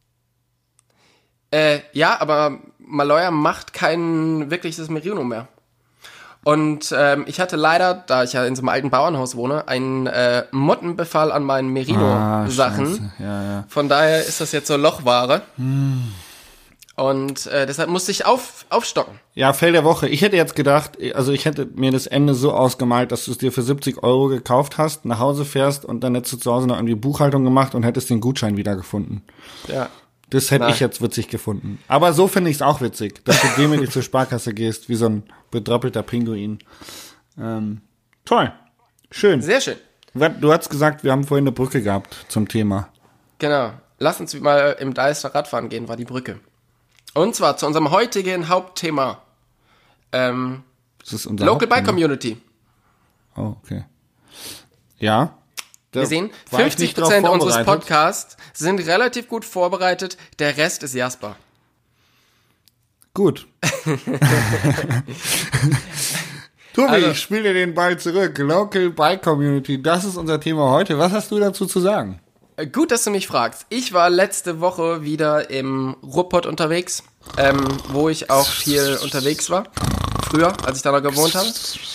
Äh, ja, aber Maloja macht kein wirkliches Merino mehr. Und ähm, ich hatte leider, da ich ja in so einem alten Bauernhaus wohne, einen äh, Mottenbefall an meinen Merino-Sachen. Ah, ja, ja. Von daher ist das jetzt so Lochware. Hm. Und äh, deshalb musste ich auf, aufstocken. Ja, Fail der Woche. Ich hätte jetzt gedacht, also ich hätte mir das Ende so ausgemalt, dass du es dir für siebzig Euro gekauft hast, nach Hause fährst und dann hättest du zu Hause noch irgendwie Buchhaltung gemacht und hättest den Gutschein wiedergefunden. Ja. Das hätte Nein. ich jetzt witzig gefunden. Aber so finde ich es auch witzig, dass du demütig zur Sparkasse gehst, wie so ein bedröppelter Pinguin. Ähm, toll. Schön. Sehr schön. Du hast gesagt, wir haben vorhin eine Brücke gehabt zum Thema. Genau. Lass uns mal im Deister Radfahren gehen, war die Brücke. Und zwar zu unserem heutigen Hauptthema. Ähm, Das ist unser Local Hauptthema. Bike Community. Oh, okay. Ja. Da Wir sehen, war ich fünfzig nicht drauf Prozent unseres vorbereitet. Podcasts sind relativ gut vorbereitet. Der Rest ist Jasper. Gut. Tobi, Also- ich spiele dir den Ball zurück. Local Bike Community, das ist unser Thema heute. Was hast du dazu zu sagen? Äh, Gut, dass du mich fragst. Ich war letzte Woche wieder im Ruhrpott unterwegs, ähm, wo ich auch viel unterwegs war. Früher, als ich da noch gewohnt habe.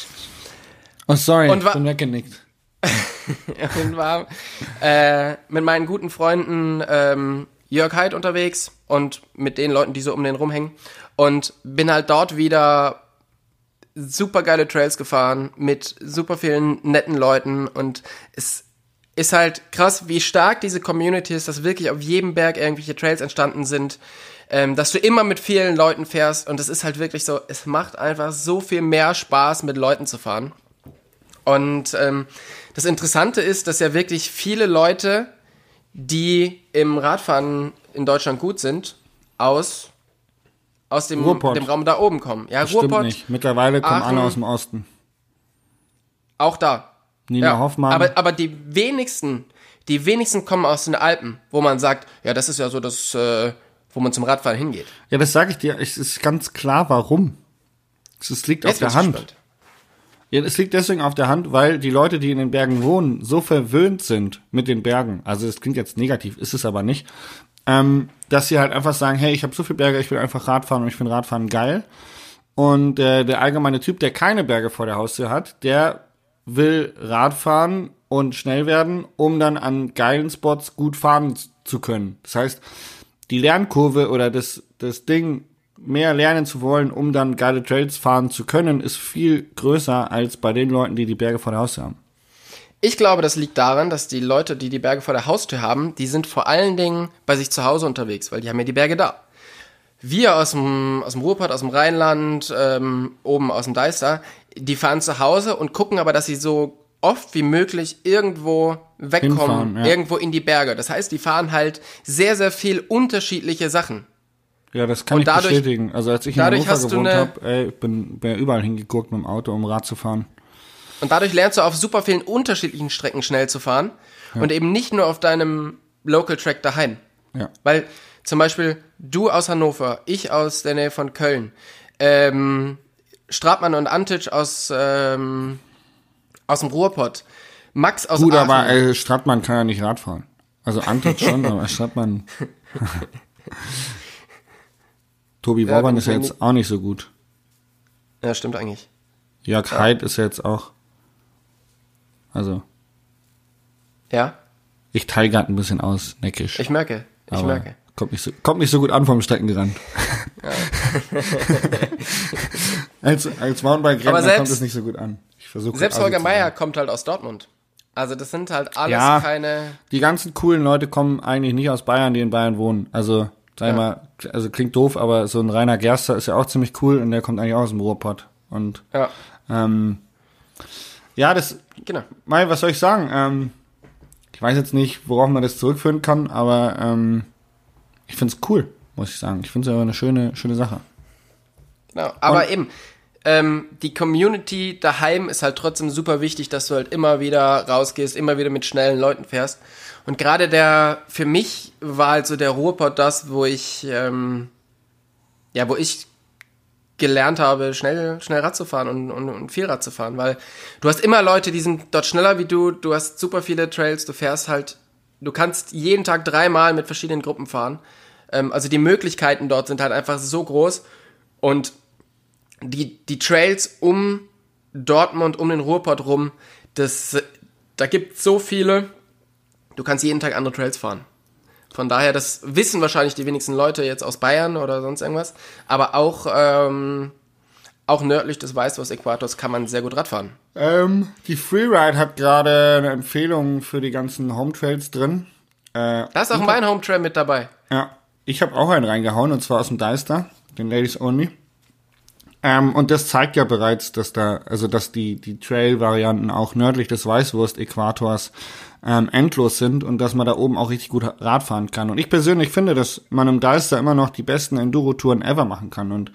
Oh, sorry, Und wa- ich bin weggenickt. Und war äh, mit meinen guten Freunden ähm, Jörg Heid unterwegs und mit den Leuten, die so um den rumhängen. Und bin halt dort wieder super geile Trails gefahren mit super vielen netten Leuten. Und es ist halt krass, wie stark diese Community ist, dass wirklich auf jedem Berg irgendwelche Trails entstanden sind. Ähm, dass du immer mit vielen Leuten fährst. Und es ist halt wirklich so, es macht einfach so viel mehr Spaß, mit Leuten zu fahren. Und ähm, das Interessante ist, dass ja wirklich viele Leute, die im Radfahren in Deutschland gut sind, aus, aus dem, Ruhrpott. dem Raum da oben kommen. Ja, Stimmt Ruhrpott, nicht. Mittlerweile kommen Aachen. alle aus dem Osten. auch da. Nina Ja, Hoffmann. aber, aber die wenigsten, die wenigsten kommen aus den Alpen, wo man sagt, ja, das ist ja so das, äh, wo man zum Radfahren hingeht. Ja, das sage ich dir. Es ist ganz klar, warum. Es liegt auf Jetzt bin der ich Hand. gespannt. Ja, es liegt deswegen auf der Hand, weil die Leute, die in den Bergen wohnen, so verwöhnt sind mit den Bergen. Also das klingt jetzt negativ, ist es aber nicht. Ähm, dass sie halt einfach sagen, hey, ich habe so viele Berge, ich will einfach Radfahren und ich finde Radfahren geil. Und äh, der allgemeine Typ, der keine Berge vor der Haustür hat, der will Radfahren und schnell werden, um dann an geilen Spots gut fahren zu können. Das heißt, die Lernkurve oder das, das Ding, mehr lernen zu wollen, um dann geile Trails fahren zu können, ist viel größer als bei den Leuten, die die Berge vor der Haustür haben. Ich glaube, das liegt daran, dass die Leute, die die Berge vor der Haustür haben, die sind vor allen Dingen bei sich zu Hause unterwegs, weil die haben ja die Berge da. Wir aus dem, aus dem Ruhrpott, aus dem Rheinland, ähm, oben aus dem Deister, die fahren zu Hause und gucken aber, dass sie so oft wie möglich irgendwo wegkommen, Hinfahren, ja. irgendwo in die Berge. Das heißt, die fahren halt sehr, sehr viel unterschiedliche Sachen. Ja, das kann Und ich dadurch- bestätigen. Also als ich in dadurch Hannover hast du gewohnt eine- habe, ey, ich bin, bin ja überall hingeguckt mit dem Auto, um Rad zu fahren. Und dadurch lernst du auf super vielen unterschiedlichen Strecken schnell zu fahren und eben nicht nur auf deinem Local Track daheim. Ja. Weil zum Beispiel du aus Hannover, ich aus der Nähe von Köln, ähm, Stratmann und Antic aus, ähm, aus dem Ruhrpott, Max aus Gut, Aachen. aber ey, Stadtmann kann ja nicht Rad fahren. Also Antot schon, aber Stadtmann... Tobi Ja, Worbern bin ist ja ich mir jetzt auch nicht so gut. Ja, stimmt eigentlich. Jörg Heid ist ja jetzt auch... Also, Ja, ich teile gerade ein bisschen aus, neckisch. ich merke, ich aber merke. Kommt nicht, so, kommt nicht so gut an vom Streckenrand. als als Aber Mountainbike-Rentner selbst- kommt es nicht so gut an. Ich versuche Selbst Holger Meier kommt halt aus Dortmund. Also das sind halt alles Ja. keine... Die ganzen coolen Leute kommen eigentlich nicht aus Bayern, die in Bayern wohnen. Also, sag ich Ja. mal, also klingt doof, aber so ein Rainer Gerster ist ja auch ziemlich cool und der kommt eigentlich auch aus dem Ruhrpott. Und Ja. ähm, Ja, das, Genau. Mai, was soll ich sagen? Ähm, ich weiß jetzt nicht, worauf man das zurückführen kann, aber ähm, ich find's cool, muss ich sagen. Ich find's aber eine schöne, schöne Sache. Genau, aber Und- eben, ähm, die Community daheim ist halt trotzdem super wichtig, dass du halt immer wieder rausgehst, immer wieder mit schnellen Leuten fährst. Und gerade der, für mich war halt so der Ruhrpott das, wo ich, ähm, ja, wo ich gelernt habe, schnell, schnell Rad zu fahren und, und, und viel Rad zu fahren, weil du hast immer Leute, die sind dort schneller wie du, du hast super viele Trails, du fährst halt, du kannst jeden Tag dreimal mit verschiedenen Gruppen fahren. Ähm, also die Möglichkeiten dort sind halt einfach so groß und die, die Trails um Dortmund, um den Ruhrpott rum, das, da gibt es so viele, du kannst jeden Tag andere Trails fahren. Von daher, das wissen wahrscheinlich die wenigsten Leute jetzt aus Bayern oder sonst irgendwas, aber auch, ähm, auch nördlich des Weißwurst-Äquators kann man sehr gut Rad fahren. Ähm, die Freeride hat gerade eine Empfehlung für die ganzen Home Trails drin. Äh, Da ist auch mein Home Trail mit dabei. Ja, ich habe auch einen reingehauen, und zwar aus dem Deister, den Ladies Only. Ähm, und das zeigt ja bereits, dass da, also dass die die Trail-Varianten auch nördlich des Weißwurst-Äquators ähm, endlos sind und dass man da oben auch richtig gut Rad fahren kann. Und ich persönlich finde, dass man im Deister immer noch die besten Enduro-Touren ever machen kann. Und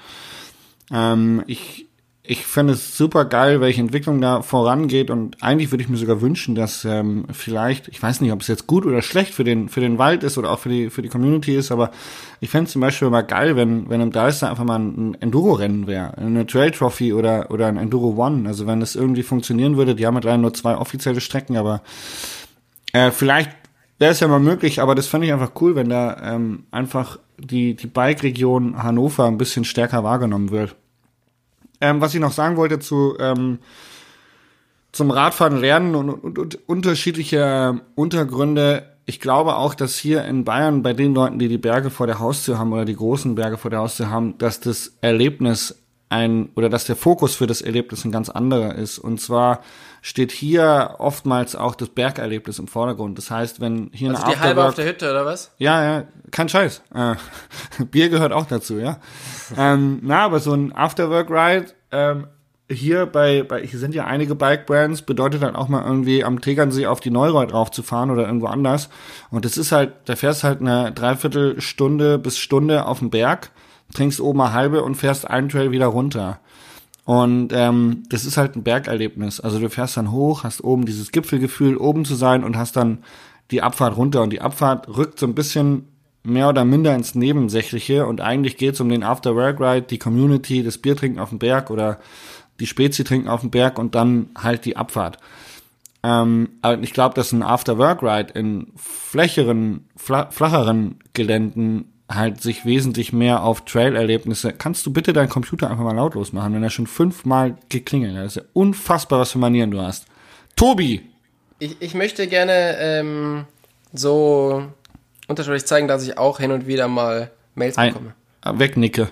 ähm, ich ich finde es super geil, welche Entwicklung da vorangeht, und eigentlich würde ich mir sogar wünschen, dass ähm, vielleicht, ich weiß nicht, ob es jetzt gut oder schlecht für den für den Wald ist oder auch für die für die Community ist, aber ich fände es zum Beispiel mal geil, wenn wenn im Deister einfach mal ein Enduro-Rennen wäre, eine Trail Trophy oder oder ein Enduro One, also wenn das irgendwie funktionieren würde. Die haben halt leider nur zwei offizielle Strecken, aber äh, vielleicht wäre es ja mal möglich, aber das fände ich einfach cool, wenn da ähm, einfach die die Bike-Region Hannover ein bisschen stärker wahrgenommen wird. Ähm, was ich noch sagen wollte zu ähm, zum Radfahren lernen und, und, und unterschiedliche Untergründe. Ich glaube auch, dass hier in Bayern bei den Leuten, die die Berge vor der Haustür haben oder die großen Berge vor der Haustür haben, dass das Erlebnis ein oder dass der Fokus für das Erlebnis ein ganz anderer ist. Und zwar steht hier oftmals auch das Bergerlebnis im Vordergrund. Das heißt, wenn hier Also eine die halbe Afterwork- auf der Hütte, oder was? Ja, ja, kein Scheiß. Äh, Bier gehört auch dazu, ja. ähm, na, aber so ein Afterwork-Ride ähm, hier bei, bei, hier sind ja einige Bike-Brands, bedeutet halt auch mal irgendwie am Tegernsee auf die Neureuth raufzufahren oder irgendwo anders. Und das ist halt, da fährst halt eine Dreiviertelstunde bis Stunde auf den Berg, trinkst oben eine halbe und fährst einen Trail wieder runter. Und ähm, das ist halt ein Bergerlebnis. Also du fährst dann hoch, hast oben dieses Gipfelgefühl, oben zu sein, und hast dann die Abfahrt runter. Und die Abfahrt rückt so ein bisschen mehr oder minder ins Nebensächliche. Und eigentlich geht's um den After-Work-Ride, die Community, das Bier trinken auf dem Berg oder die Spezi trinken auf dem Berg und dann halt die Abfahrt. Ähm, aber ich glaube, dass ein After-Work-Ride in flächeren, fla- flacheren Geländen halt sich wesentlich mehr auf Trail-Erlebnisse. Kannst du bitte deinen Computer einfach mal lautlos machen, wenn er schon fünfmal geklingelt hat? Das ist ja unfassbar, was für Manieren du hast. Tobi! Ich, ich möchte gerne ähm, so unterschiedlich zeigen, dass ich auch hin und wieder mal Mails Ein, bekomme. wegnicke.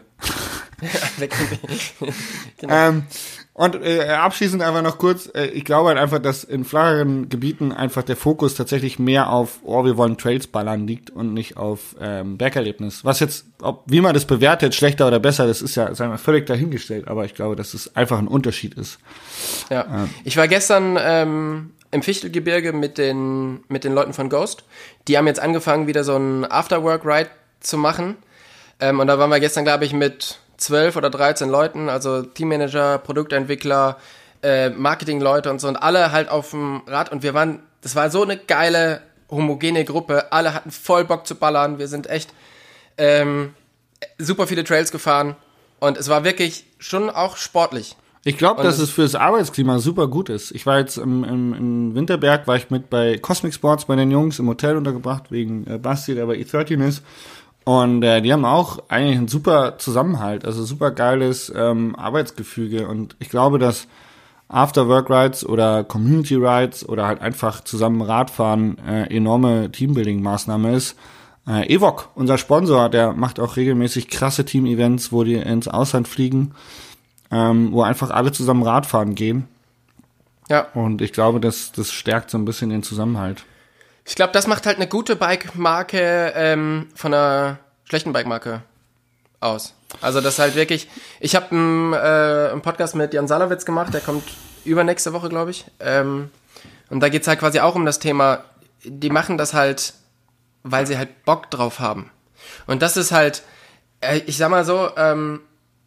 Weg- genau. Ähm, und äh, abschließend einfach noch kurz, äh, ich glaube halt einfach, dass in flacheren Gebieten einfach der Fokus tatsächlich mehr auf, oh, wir wollen Trails ballern liegt und nicht auf ähm, Bergerlebnis. Was jetzt, ob wie man das bewertet, schlechter oder besser, das ist ja, sagen wir, völlig dahingestellt, aber ich glaube, dass es einfach ein Unterschied ist. Ja. Ich war gestern ähm, im Fichtelgebirge mit den, mit den Leuten von Ghost. Die haben jetzt angefangen, wieder so einen Afterwork-Ride zu machen. Ähm, und da waren wir gestern, glaube ich, mit zwölf oder dreizehn Leuten, also Teammanager, Produktentwickler, äh, Marketingleute und so, und alle halt auf dem Rad. Und wir waren, das war so eine geile, homogene Gruppe. Alle hatten voll Bock zu ballern. Wir sind echt ähm, super viele Trails gefahren. Und es war wirklich schon auch sportlich. Ich glaube, Und dass das- es fürs Arbeitsklima super gut ist. Ich war jetzt im, im, im Winterberg, war ich mit bei Cosmic Sports bei den Jungs im Hotel untergebracht, wegen äh, Basti, der bei E dreizehn ist. Und äh, die haben auch eigentlich einen super Zusammenhalt, also super geiles ähm, Arbeitsgefüge. Und ich glaube, dass After-Work-Rides oder Community-Rides oder halt einfach zusammen Radfahren äh, enorme Teambuilding-Maßnahme ist. Äh, Evok, unser Sponsor, der macht auch regelmäßig krasse Team-Events, wo die ins Ausland fliegen, ähm, wo einfach alle zusammen Radfahren gehen. Ja. Und ich glaube, das, das stärkt so ein bisschen den Zusammenhalt. Ich glaube, das macht halt eine gute Bike-Marke ähm, von einer schlechten Bike-Marke aus. Also das halt wirklich, ich habe einen, äh, einen Podcast mit Jan Salowitz gemacht, der kommt übernächste Woche, glaube ich. Ähm, und da geht's halt quasi auch um das Thema, die machen das halt, weil sie halt Bock drauf haben. Und das ist halt, äh, ich sag mal so, ähm,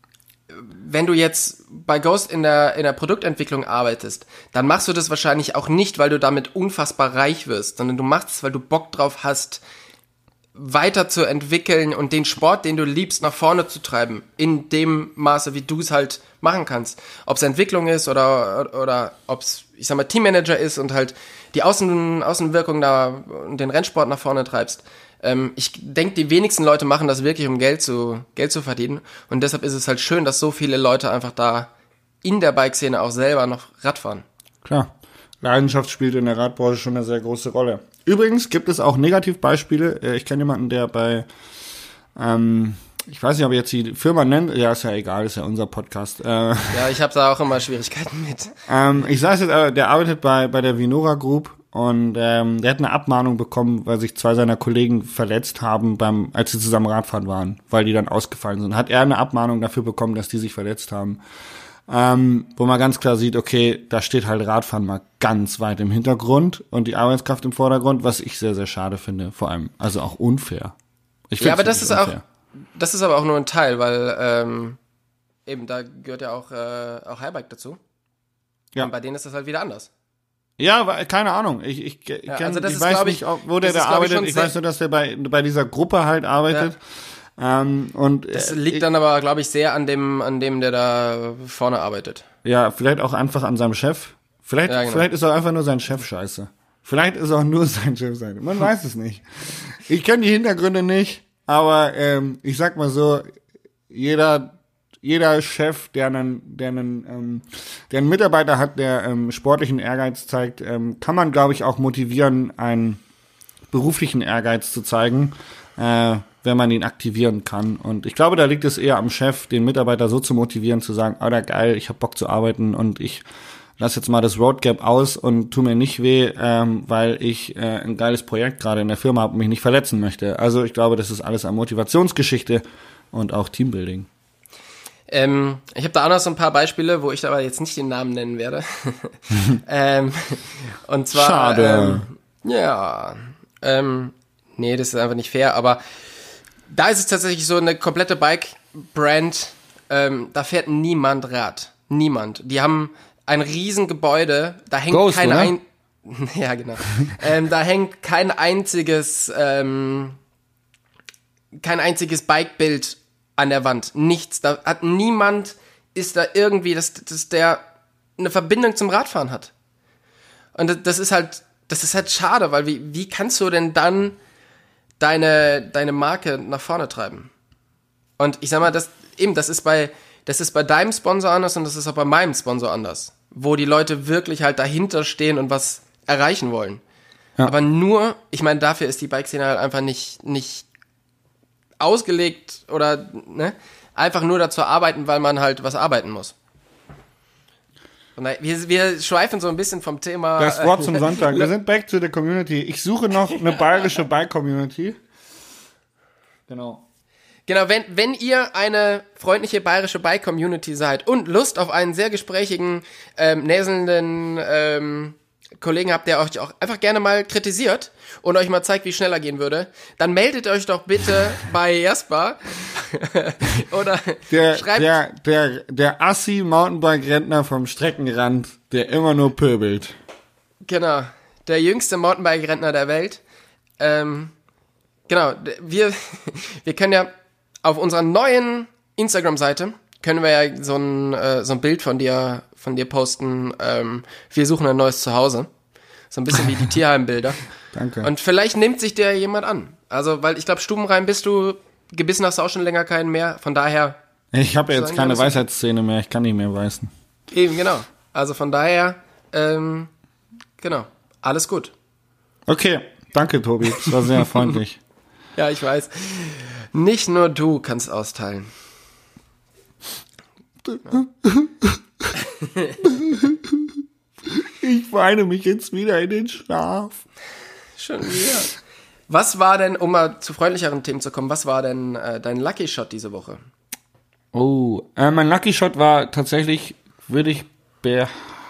wenn du jetzt bei Ghost in der, in der Produktentwicklung arbeitest, dann machst du das wahrscheinlich auch nicht, weil du damit unfassbar reich wirst, sondern du machst es, weil du Bock drauf hast, weiterzuentwickeln und den Sport, den du liebst, nach vorne zu treiben, in dem Maße, wie du es halt machen kannst. Ob es Entwicklung ist oder, oder ob es, ich sag mal, Teammanager ist und halt die Außen, Außenwirkung da und den Rennsport nach vorne treibst. Ähm, ich denke, die wenigsten Leute machen das wirklich, um Geld zu, Geld zu verdienen. Und deshalb ist es halt schön, dass so viele Leute einfach da in der Bike-Szene auch selber noch Rad fahren. Klar. Leidenschaft spielt in der Radbranche schon eine sehr große Rolle. Übrigens gibt es auch Negativbeispiele. Ich kenne jemanden, der bei, ähm, ich weiß nicht, ob ich jetzt die Firma nennt. Ja, ist ja egal, ist ja unser Podcast. Äh, ja, ich habe da auch immer Schwierigkeiten mit. ähm, ich sage jetzt, aber, der arbeitet bei bei der Vinora Group und ähm, der hat eine Abmahnung bekommen, weil sich zwei seiner Kollegen verletzt haben, beim als sie zusammen Radfahren waren, weil die dann ausgefallen sind. Hat er eine Abmahnung dafür bekommen, dass die sich verletzt haben. Ähm, wo man ganz klar sieht, okay, da steht halt Radfahren mal ganz weit im Hintergrund und die Arbeitskraft im Vordergrund, was ich sehr, sehr schade finde, vor allem, also auch unfair. Ich ja, aber das ist unfair. auch, das ist aber auch nur ein Teil, weil ähm, eben da gehört ja auch äh, auch Highbike dazu. Ja. Und bei denen ist das halt wieder anders. Ja, keine Ahnung. Ich ich, kenn, ja, also ich weiß nicht, ich, wo der da arbeitet. Ich, ich weiß nur, dass der bei bei dieser Gruppe halt arbeitet. Ja. Ähm, und das liegt dann aber, glaube ich, sehr an dem, an dem, der da vorne arbeitet. Ja, vielleicht auch einfach an seinem Chef. Vielleicht, ja, genau. Vielleicht ist auch einfach nur sein Chef scheiße. Vielleicht ist auch nur sein Chef scheiße. Man weiß es nicht. Ich kenne die Hintergründe nicht, aber ähm, ich sag mal so, jeder, jeder Chef, der einen, der einen, ähm, der einen Mitarbeiter hat, der ähm, sportlichen Ehrgeiz zeigt, ähm, kann man, glaube ich, auch motivieren, einen beruflichen Ehrgeiz zu zeigen. Äh, wenn man ihn aktivieren kann. Und ich glaube, da liegt es eher am Chef, den Mitarbeiter so zu motivieren, zu sagen, ah, da geil, ich hab Bock zu arbeiten und ich lass jetzt mal das Roadgap aus und tu mir nicht weh, ähm, weil ich äh, ein geiles Projekt gerade in der Firma habe und mich nicht verletzen möchte. Also ich glaube, das ist alles eine Motivationsgeschichte und auch Teambuilding. Ähm, ich habe da auch noch so ein paar Beispiele, wo ich aber jetzt nicht den Namen nennen werde. ähm, und zwar Schade. Ähm, ja, ähm, nee, das ist einfach nicht fair, aber da ist es tatsächlich so eine komplette Bike-Brand, ähm, da fährt niemand Rad. Niemand. Die haben ein Riesengebäude, da hängt Ghost, kein oder? ein... ja, genau. ähm, da hängt kein einziges, ähm, kein einziges Bike-Bild an der Wand. Nichts. Da hat niemand, ist da irgendwie, dass, dass der eine Verbindung zum Radfahren hat. Und das, das ist halt, das ist halt schade, weil wie, wie kannst du denn dann deine deine Marke nach vorne treiben? Und ich sag mal, das eben, das ist bei das ist bei deinem Sponsor anders und das ist auch bei meinem Sponsor anders, wo die Leute wirklich halt dahinter stehen und was erreichen wollen. Ja. Aber nur, ich meine, dafür ist die Bike-Szene halt einfach nicht nicht ausgelegt oder ne, einfach nur dazu arbeiten, weil man halt was arbeiten muss. Und wir, wir schweifen so ein bisschen vom Thema. Das Wort zum Sonntag. Wir sind back to the community. Ich suche noch eine bayerische Bike-Community. Genau. Genau, wenn, wenn ihr eine freundliche bayerische Bike-Community seid und Lust auf einen sehr gesprächigen, ähm, näselnden ähm, Kollegen habt, der euch auch einfach gerne mal kritisiert und euch mal zeigt, wie schneller gehen würde, dann meldet euch doch bitte bei Jasper oder der, schreibt... Der, der, der Assi-Mountainbike-Rentner vom Streckenrand, der immer nur pöbelt. Genau, der jüngste Mountainbike-Rentner der Welt. Ähm, genau, wir, wir können ja auf unserer neuen Instagram-Seite können wir ja so ein, äh, so ein Bild von dir, von dir posten. Ähm, wir suchen ein neues Zuhause. So ein bisschen wie die Tierheimbilder. Danke. Und vielleicht nimmt sich der jemand an. Also, weil ich glaube, stubenrein bist du, gebissen hast du auch schon länger keinen mehr. Von daher. Ich habe ja jetzt keine Weisheitszähne mehr. Ich kann nicht mehr beißen. Eben, genau. Also von daher, ähm, genau. Alles gut. Okay. Danke, Tobi. Das war sehr freundlich. Ja, ich weiß. Nicht nur du kannst austeilen. Ich weine mich jetzt wieder in den Schlaf. Schon wieder. Was war denn, um mal zu freundlicheren Themen zu kommen, was war denn äh, dein Lucky Shot diese Woche? Oh, äh, mein Lucky Shot war tatsächlich, würde ich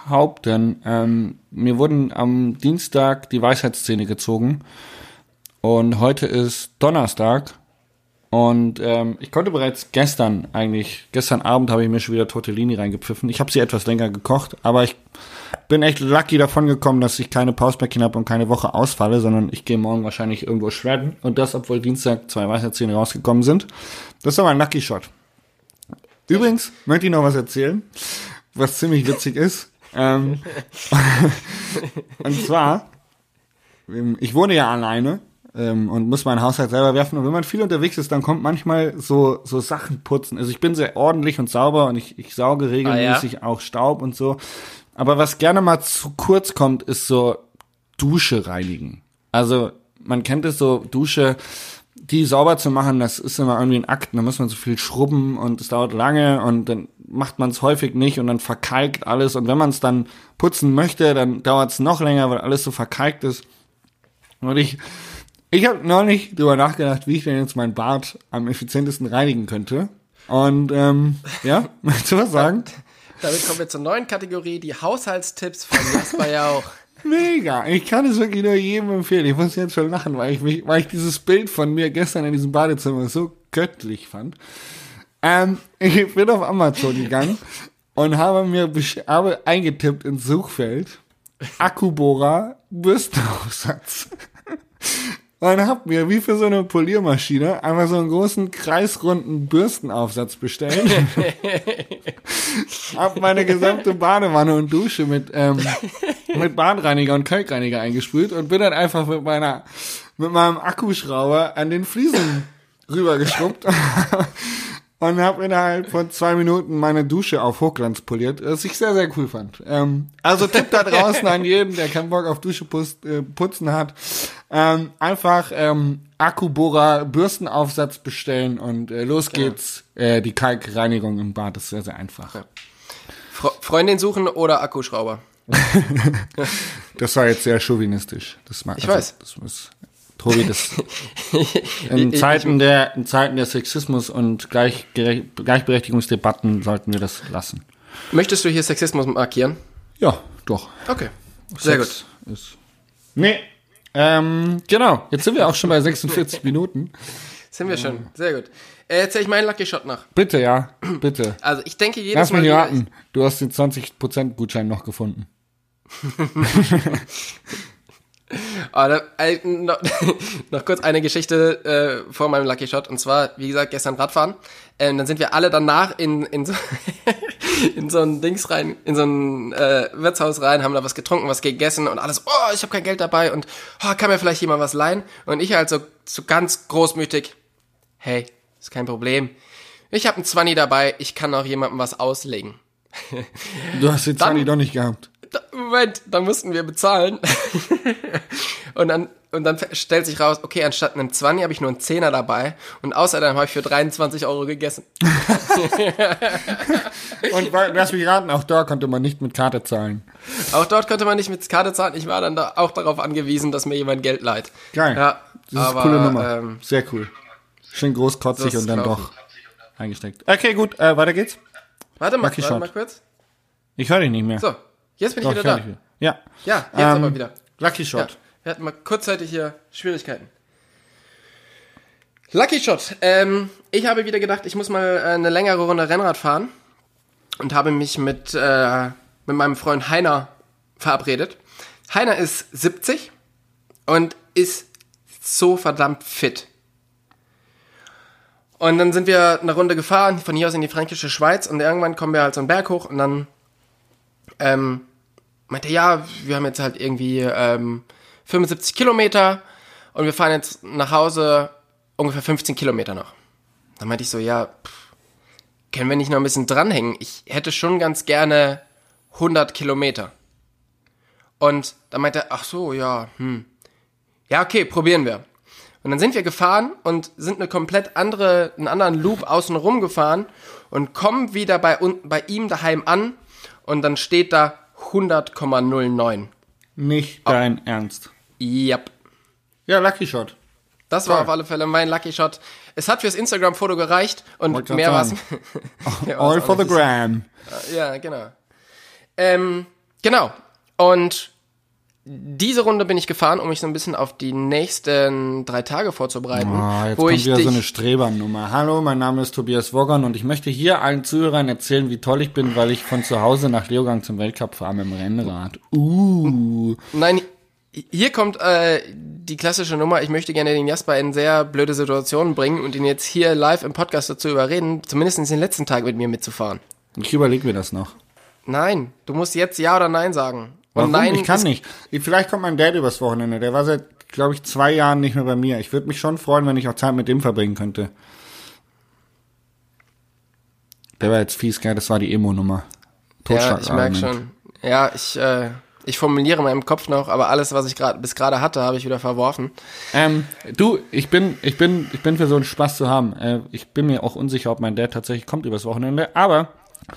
behaupten. Ähm, mir wurden am Dienstag die Weisheitszähne gezogen und heute ist Donnerstag und ähm, ich konnte bereits gestern eigentlich, gestern Abend habe ich mir schon wieder Tortellini reingepfiffen. Ich habe sie etwas länger gekocht, aber ich bin echt lucky davon gekommen, dass ich keine Pausbäckchen habe und keine Woche ausfalle, sondern ich gehe morgen wahrscheinlich irgendwo shredden und das, obwohl Dienstag zwei Weisheitszähne rausgekommen sind. Das ist aber ein Lucky Shot. Übrigens möchte ich noch was erzählen, was ziemlich witzig ist. Ähm, und zwar, ich wohne ja alleine ähm, und muss meinen Haushalt selber werfen. Und wenn man viel unterwegs ist, dann kommt manchmal so so Sachen putzen. Also ich bin sehr ordentlich und sauber und ich, ich sauge regelmäßig ah, ja? auch Staub und so. Aber was gerne mal zu kurz kommt, ist so Dusche reinigen. Also man kennt es so, Dusche, die sauber zu machen, das ist immer irgendwie ein Akt. Da muss man so viel schrubben und es dauert lange und dann macht man es häufig nicht und dann verkalkt alles. Und wenn man es dann putzen möchte, dann dauert es noch länger, weil alles so verkalkt ist. Und ich, ich habe neulich drüber nachgedacht, wie ich denn jetzt mein Bad am effizientesten reinigen könnte. Und ähm, ja, möchtest du was sagen? Damit kommen wir zur neuen Kategorie, die Haushaltstipps von Jasper Jauch. Mega, ich kann es wirklich nur jedem empfehlen. Ich muss jetzt schon lachen, weil ich mich, weil ich dieses Bild von mir gestern in diesem Badezimmer so göttlich fand. Ähm, ich bin auf Amazon gegangen und habe mir habe eingetippt ins Suchfeld Akkubohrer Bürstenaufsatz. Und hab mir wie für so eine Poliermaschine einfach so einen großen kreisrunden Bürstenaufsatz bestellt. Hab meine gesamte Badewanne und Dusche mit ähm, mit Badreiniger und Kalkreiniger eingesprüht und bin dann einfach mit meiner mit meinem Akkuschrauber an den Fliesen rübergeschrubbt und habe innerhalb von zwei Minuten meine Dusche auf Hochglanz poliert, was ich sehr, sehr cool fand. Ähm, also Tipp da draußen an jeden, der keinen Bock auf Dusche putz, äh, putzen hat, ähm, einfach ähm, Akkubohrer Bürstenaufsatz bestellen und äh, los geht's. Äh, die Kalkreinigung im Bad ist sehr, sehr einfach. Ja. Fre- Freundin suchen oder Akkuschrauber? Das war jetzt sehr chauvinistisch. Das mag, ich also, weiß. Das muss, Tobi, das in Zeiten der in Zeiten der Sexismus und Gleichgere- Gleichberechtigungsdebatten sollten wir das lassen. Möchtest du hier Sexismus markieren? Ja, doch. Okay, sehr Sex gut. Ist nee, ähm, genau. Jetzt sind wir auch schon bei sechsundvierzig Minuten. Sind wir schon, sehr gut. Äh, erzähl ich meinen Lucky Shot nach. Bitte, ja, bitte. Also ich denke jedes Lass Mal... mich raten, du hast den zwanzig Prozent Gutschein noch gefunden. Oh, da, äh, noch, noch kurz eine Geschichte äh, vor meinem Lucky Shot. Und zwar, wie gesagt, gestern Radfahren. Ähm, dann sind wir alle danach in, in, so, in so ein Dings rein, in so ein äh, Wirtshaus rein, haben da was getrunken, was gegessen und alles, oh, ich habe kein Geld dabei und oh, kann mir vielleicht jemand was leihen? Und ich halt so, so ganz großmütig, hey, ist kein Problem. Ich habe einen Zwanni dabei, ich kann auch jemandem was auslegen. Du hast den Zwanni doch nicht gehabt. Da, Moment, dann mussten wir bezahlen. und dann und dann stellt sich raus, okay, anstatt einem Zwanni habe ich nur einen Zehner dabei und außerdem habe ich für dreiundzwanzig Euro gegessen. Und lass mich raten, auch da konnte man nicht mit Karte zahlen. Auch dort konnte man nicht mit Karte zahlen. Ich war dann da auch darauf angewiesen, dass mir jemand Geld leiht. Geil. Ja, das ist aber, eine coole Nummer. Ähm, Sehr cool. Schön großkotzig und dann doch eingesteckt. Okay, gut, äh, weiter geht's. Warte mal, Lucky warte Shot. mal kurz. Ich höre dich nicht mehr. So, jetzt bin Doch, ich wieder ich da. wieder. Ja. Ja, jetzt ähm, aber wieder. Lucky Shot. Ja, wir hatten mal kurzzeitig hier Schwierigkeiten. Lucky Shot. Ähm, ich habe wieder gedacht, ich muss mal äh, eine längere Runde Rennrad fahren und habe mich mit, äh, mit meinem Freund Heiner verabredet. Heiner ist siebzig und ist so verdammt fit. Und dann sind wir eine Runde gefahren, von hier aus in die fränkische Schweiz und irgendwann kommen wir halt so einen Berg hoch und dann ähm, meinte, ja, wir haben jetzt halt irgendwie ähm, fünfundsiebzig Kilometer und wir fahren jetzt nach Hause ungefähr fünfzehn Kilometer noch. Dann meinte ich so, ja, pff, können wir nicht noch ein bisschen dranhängen? Ich hätte schon ganz gerne hundert Kilometer. Und dann meinte er, ach so, ja, hm. Ja, okay, probieren wir. Und dann sind wir gefahren und sind eine komplett andere, einen anderen Loop außenrum gefahren und kommen wieder bei, bei ihm daheim an und dann steht da hundert Komma null neun. Nicht dein oh. Ernst. Yep. Ja, Lucky Shot. Das Toll. war auf alle Fälle mein Lucky Shot. Es hat fürs Instagram-Foto gereicht und mehr war es. All for the gram. Ja, genau. Ähm, genau. Und diese Runde bin ich gefahren, um mich so ein bisschen auf die nächsten drei Tage vorzubereiten. Oh, jetzt wo kommt ich wieder dich, so eine Strebernummer. Hallo, mein Name ist Tobias Woggern und ich möchte hier allen Zuhörern erzählen, wie toll ich bin, weil ich von zu Hause nach Leogang zum Weltcup fahre mit dem Rennrad. Uh. Nein, hier kommt äh, die klassische Nummer, ich möchte gerne den Jasper in sehr blöde Situationen bringen und ihn jetzt hier live im Podcast dazu überreden, zumindest den letzten Tag mit mir mitzufahren. Ich überlege mir das noch. Nein, du musst jetzt Ja oder Nein sagen. Warum? Und nein, Ich kann ist, nicht. Vielleicht kommt mein Dad übers Wochenende. Der war seit, glaube ich, zwei Jahren nicht mehr bei mir. Ich würde mich schon freuen, wenn ich auch Zeit mit dem verbringen könnte. Der war jetzt fies, gell? Das war die Emo-Nummer. Ja, ich merke schon. Ja, ich, äh, ich formuliere in meinem Kopf noch, aber alles, was ich gerade bis gerade hatte, habe ich wieder verworfen. Ähm, du, ich bin, ich bin, ich bin für so einen Spaß zu haben. Äh, ich bin mir auch unsicher, ob mein Dad tatsächlich kommt übers Wochenende, aber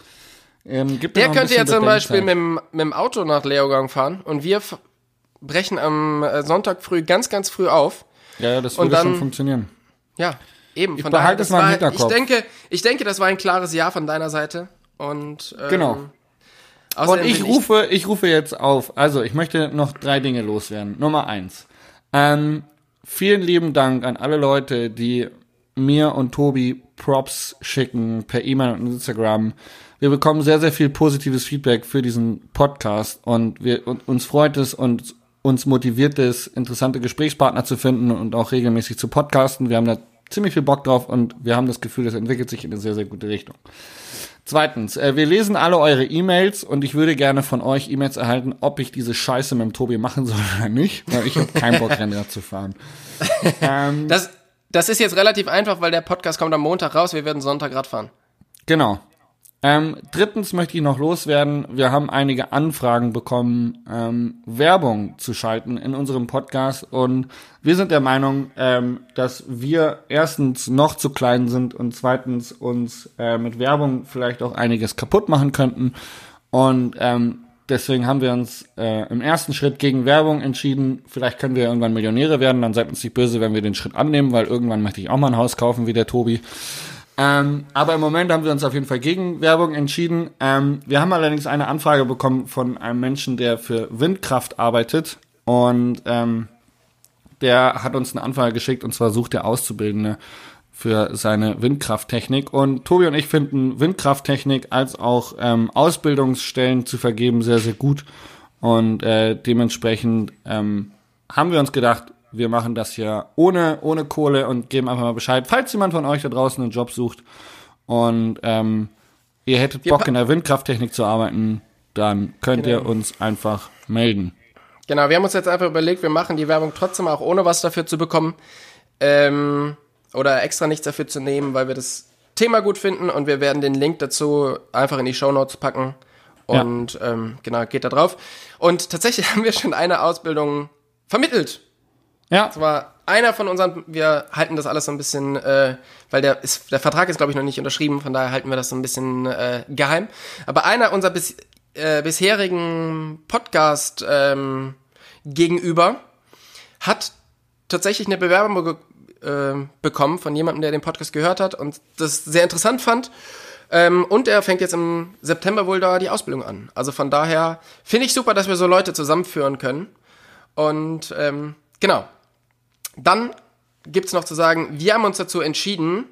ähm, gibt Der noch ein könnte bisschen ja zum Beispiel Bedenkzeit. mit, dem- mit dem Auto nach Leogang fahren und wir f- brechen am äh, Sonntag früh ganz, ganz früh auf. Ja, ja, das und würde dann- schon funktionieren. Ja, eben. Ich Von behalte daher, es das mal im war, Hinterkopf. Ich denke, ich denke, das war ein klares Ja von deiner Seite. Und ähm, Genau. Und außerdem ich bin rufe, ich rufe jetzt auf. Also, ich möchte noch drei Dinge loswerden. Nummer eins. Ähm, vielen lieben Dank an alle Leute, die mir und Tobi Props schicken per E-Mail und Instagram. Wir bekommen sehr, sehr viel positives Feedback für diesen Podcast und wir, und uns freut es und uns motiviert es, interessante Gesprächspartner zu finden und auch regelmäßig zu podcasten. Wir haben da ziemlich viel Bock drauf und wir haben das Gefühl, das entwickelt sich in eine sehr, sehr gute Richtung. Zweitens, äh, wir lesen alle eure E-Mails und ich würde gerne von euch E-Mails erhalten, ob ich diese Scheiße mit dem Tobi machen soll oder nicht, weil ich habe keinen Bock, Rennrad zu fahren. ähm, Das, das ist jetzt relativ einfach, weil der Podcast kommt am Montag raus, wir werden Sonntag Rad fahren. Genau. Ähm, drittens möchte ich noch loswerden, wir haben einige Anfragen bekommen, ähm, Werbung zu schalten in unserem Podcast und wir sind der Meinung, ähm, dass wir erstens noch zu klein sind und zweitens uns äh, mit Werbung vielleicht auch einiges kaputt machen könnten und ähm, deswegen haben wir uns äh, im ersten Schritt gegen Werbung entschieden. Vielleicht können wir irgendwann Millionäre werden, dann seid uns nicht böse, wenn wir den Schritt annehmen, weil irgendwann möchte ich auch mal ein Haus kaufen wie der Tobi. Ähm, aber im Moment haben wir uns auf jeden Fall gegen Werbung entschieden. Ähm, wir haben allerdings eine Anfrage bekommen von einem Menschen, der für Windkraft arbeitet und ähm, der hat uns eine Anfrage geschickt und zwar sucht der Auszubildende für seine Windkrafttechnik und Tobi und ich finden Windkrafttechnik als auch ähm, Ausbildungsstellen zu vergeben sehr, sehr gut und äh, dementsprechend ähm, haben wir uns gedacht, wir machen das hier ohne, ohne Kohle und geben einfach mal Bescheid, falls jemand von euch da draußen einen Job sucht und ähm, ihr hättet Wir Bock pa- in der Windkrafttechnik zu arbeiten, dann könnt Genau. ihr uns einfach melden. Genau, wir haben uns jetzt einfach überlegt, wir machen die Werbung trotzdem auch ohne was dafür zu bekommen. Ähm, oder extra nichts dafür zu nehmen, weil wir das Thema gut finden und wir werden den Link dazu einfach in die Shownotes packen. Und ja. ähm, genau, geht da drauf. Und tatsächlich haben wir schon eine Ausbildung vermittelt. Ja, Das war einer von unseren, wir halten das alles so ein bisschen, äh, weil der ist, der Vertrag ist, glaube ich, noch nicht unterschrieben, von daher halten wir das so ein bisschen äh, geheim. Aber einer unserer bis, äh, bisherigen Podcast ähm, gegenüber hat tatsächlich eine Bewerbung be äh, bekommen von jemandem, der den Podcast gehört hat und das sehr interessant fand. Ähm, und er fängt jetzt im September wohl da die Ausbildung an. Also von daher finde ich super, dass wir so Leute zusammenführen können. Und ähm, genau. Dann gibt's noch zu sagen, wir haben uns dazu entschieden,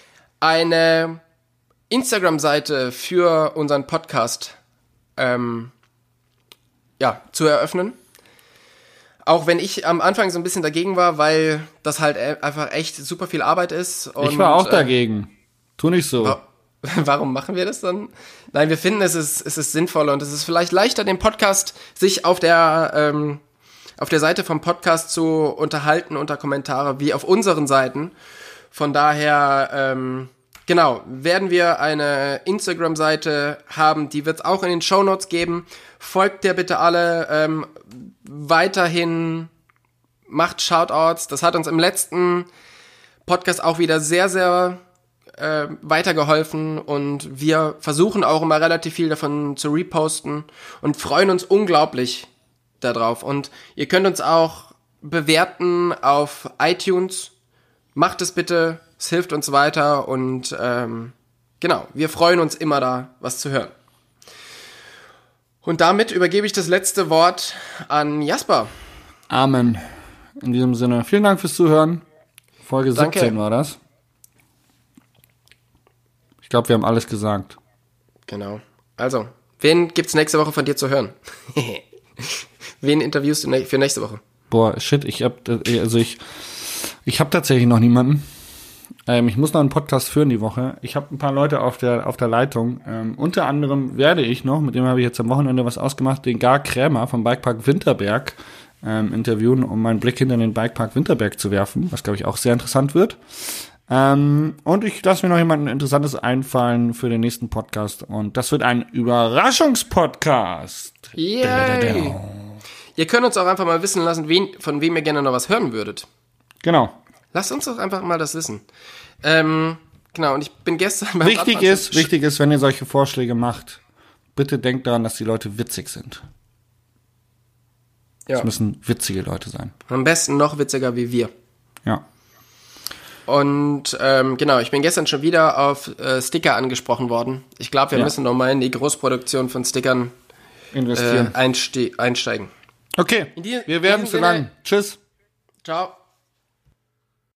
eine Instagram-Seite für unseren Podcast ähm, ja, zu eröffnen. Auch wenn ich am Anfang so ein bisschen dagegen war, weil das halt e- einfach echt super viel Arbeit ist. Und, ich war auch äh, dagegen. Tu nicht so. wa- Warum machen wir das dann? Nein, wir finden, es ist, es ist sinnvoller und es ist vielleicht leichter, den Podcast sich auf der ähm, auf der Seite vom Podcast zu unterhalten unter Kommentare, wie auf unseren Seiten. Von daher, ähm, genau, werden wir eine Instagram-Seite haben, die wird es auch in den Shownotes geben. Folgt der bitte alle, ähm, weiterhin macht Shoutouts. Das hat uns im letzten Podcast auch wieder sehr, sehr äh, weitergeholfen und wir versuchen auch immer relativ viel davon zu reposten und freuen uns unglaublich da drauf. Und ihr könnt uns auch bewerten auf iTunes. Macht es bitte, es hilft uns weiter und ähm, genau, wir freuen uns immer da, was zu hören. Und damit übergebe ich das letzte Wort an Jasper. Amen. In diesem Sinne, vielen Dank fürs Zuhören. Folge Danke. siebzehn war das. Ich glaube, wir haben alles gesagt. Genau. Also, wen gibt's nächste Woche von dir zu hören? Wen interviewst du für nächste Woche? Boah, shit, ich hab, also ich, ich habe tatsächlich noch niemanden. Ähm, ich muss noch einen Podcast führen die Woche. Ich habe ein paar Leute auf der auf der Leitung. Ähm, unter anderem werde ich noch, mit dem habe ich jetzt am Wochenende was ausgemacht, den Gar Krämer vom Bikepark Winterberg ähm, interviewen, um meinen Blick hinter den Bikepark Winterberg zu werfen, was glaube ich auch sehr interessant wird. Ähm, und ich lasse mir noch jemanden Interessantes einfallen für den nächsten Podcast. Und das wird ein Überraschungspodcast. Yay! Ihr könnt uns auch einfach mal wissen lassen, wen, von wem ihr gerne noch was hören würdet. Genau. Lasst uns doch einfach mal das wissen. Ähm, genau, und ich bin gestern beim Wichtig Radfahren- ist, wichtig ist, wenn ihr solche Vorschläge macht, bitte denkt daran, dass die Leute witzig sind. Es Ja. müssen witzige Leute sein. Am besten noch witziger wie wir. Ja. Und ähm, genau, ich bin gestern schon wieder auf äh, Sticker angesprochen worden. Ich glaube, wir Ja. müssen nochmal in die Großproduktion von Stickern äh, Investieren. einste- einsteigen. Okay, In die- wir werden in zu diesem lang. Sinne- Tschüss. Ciao.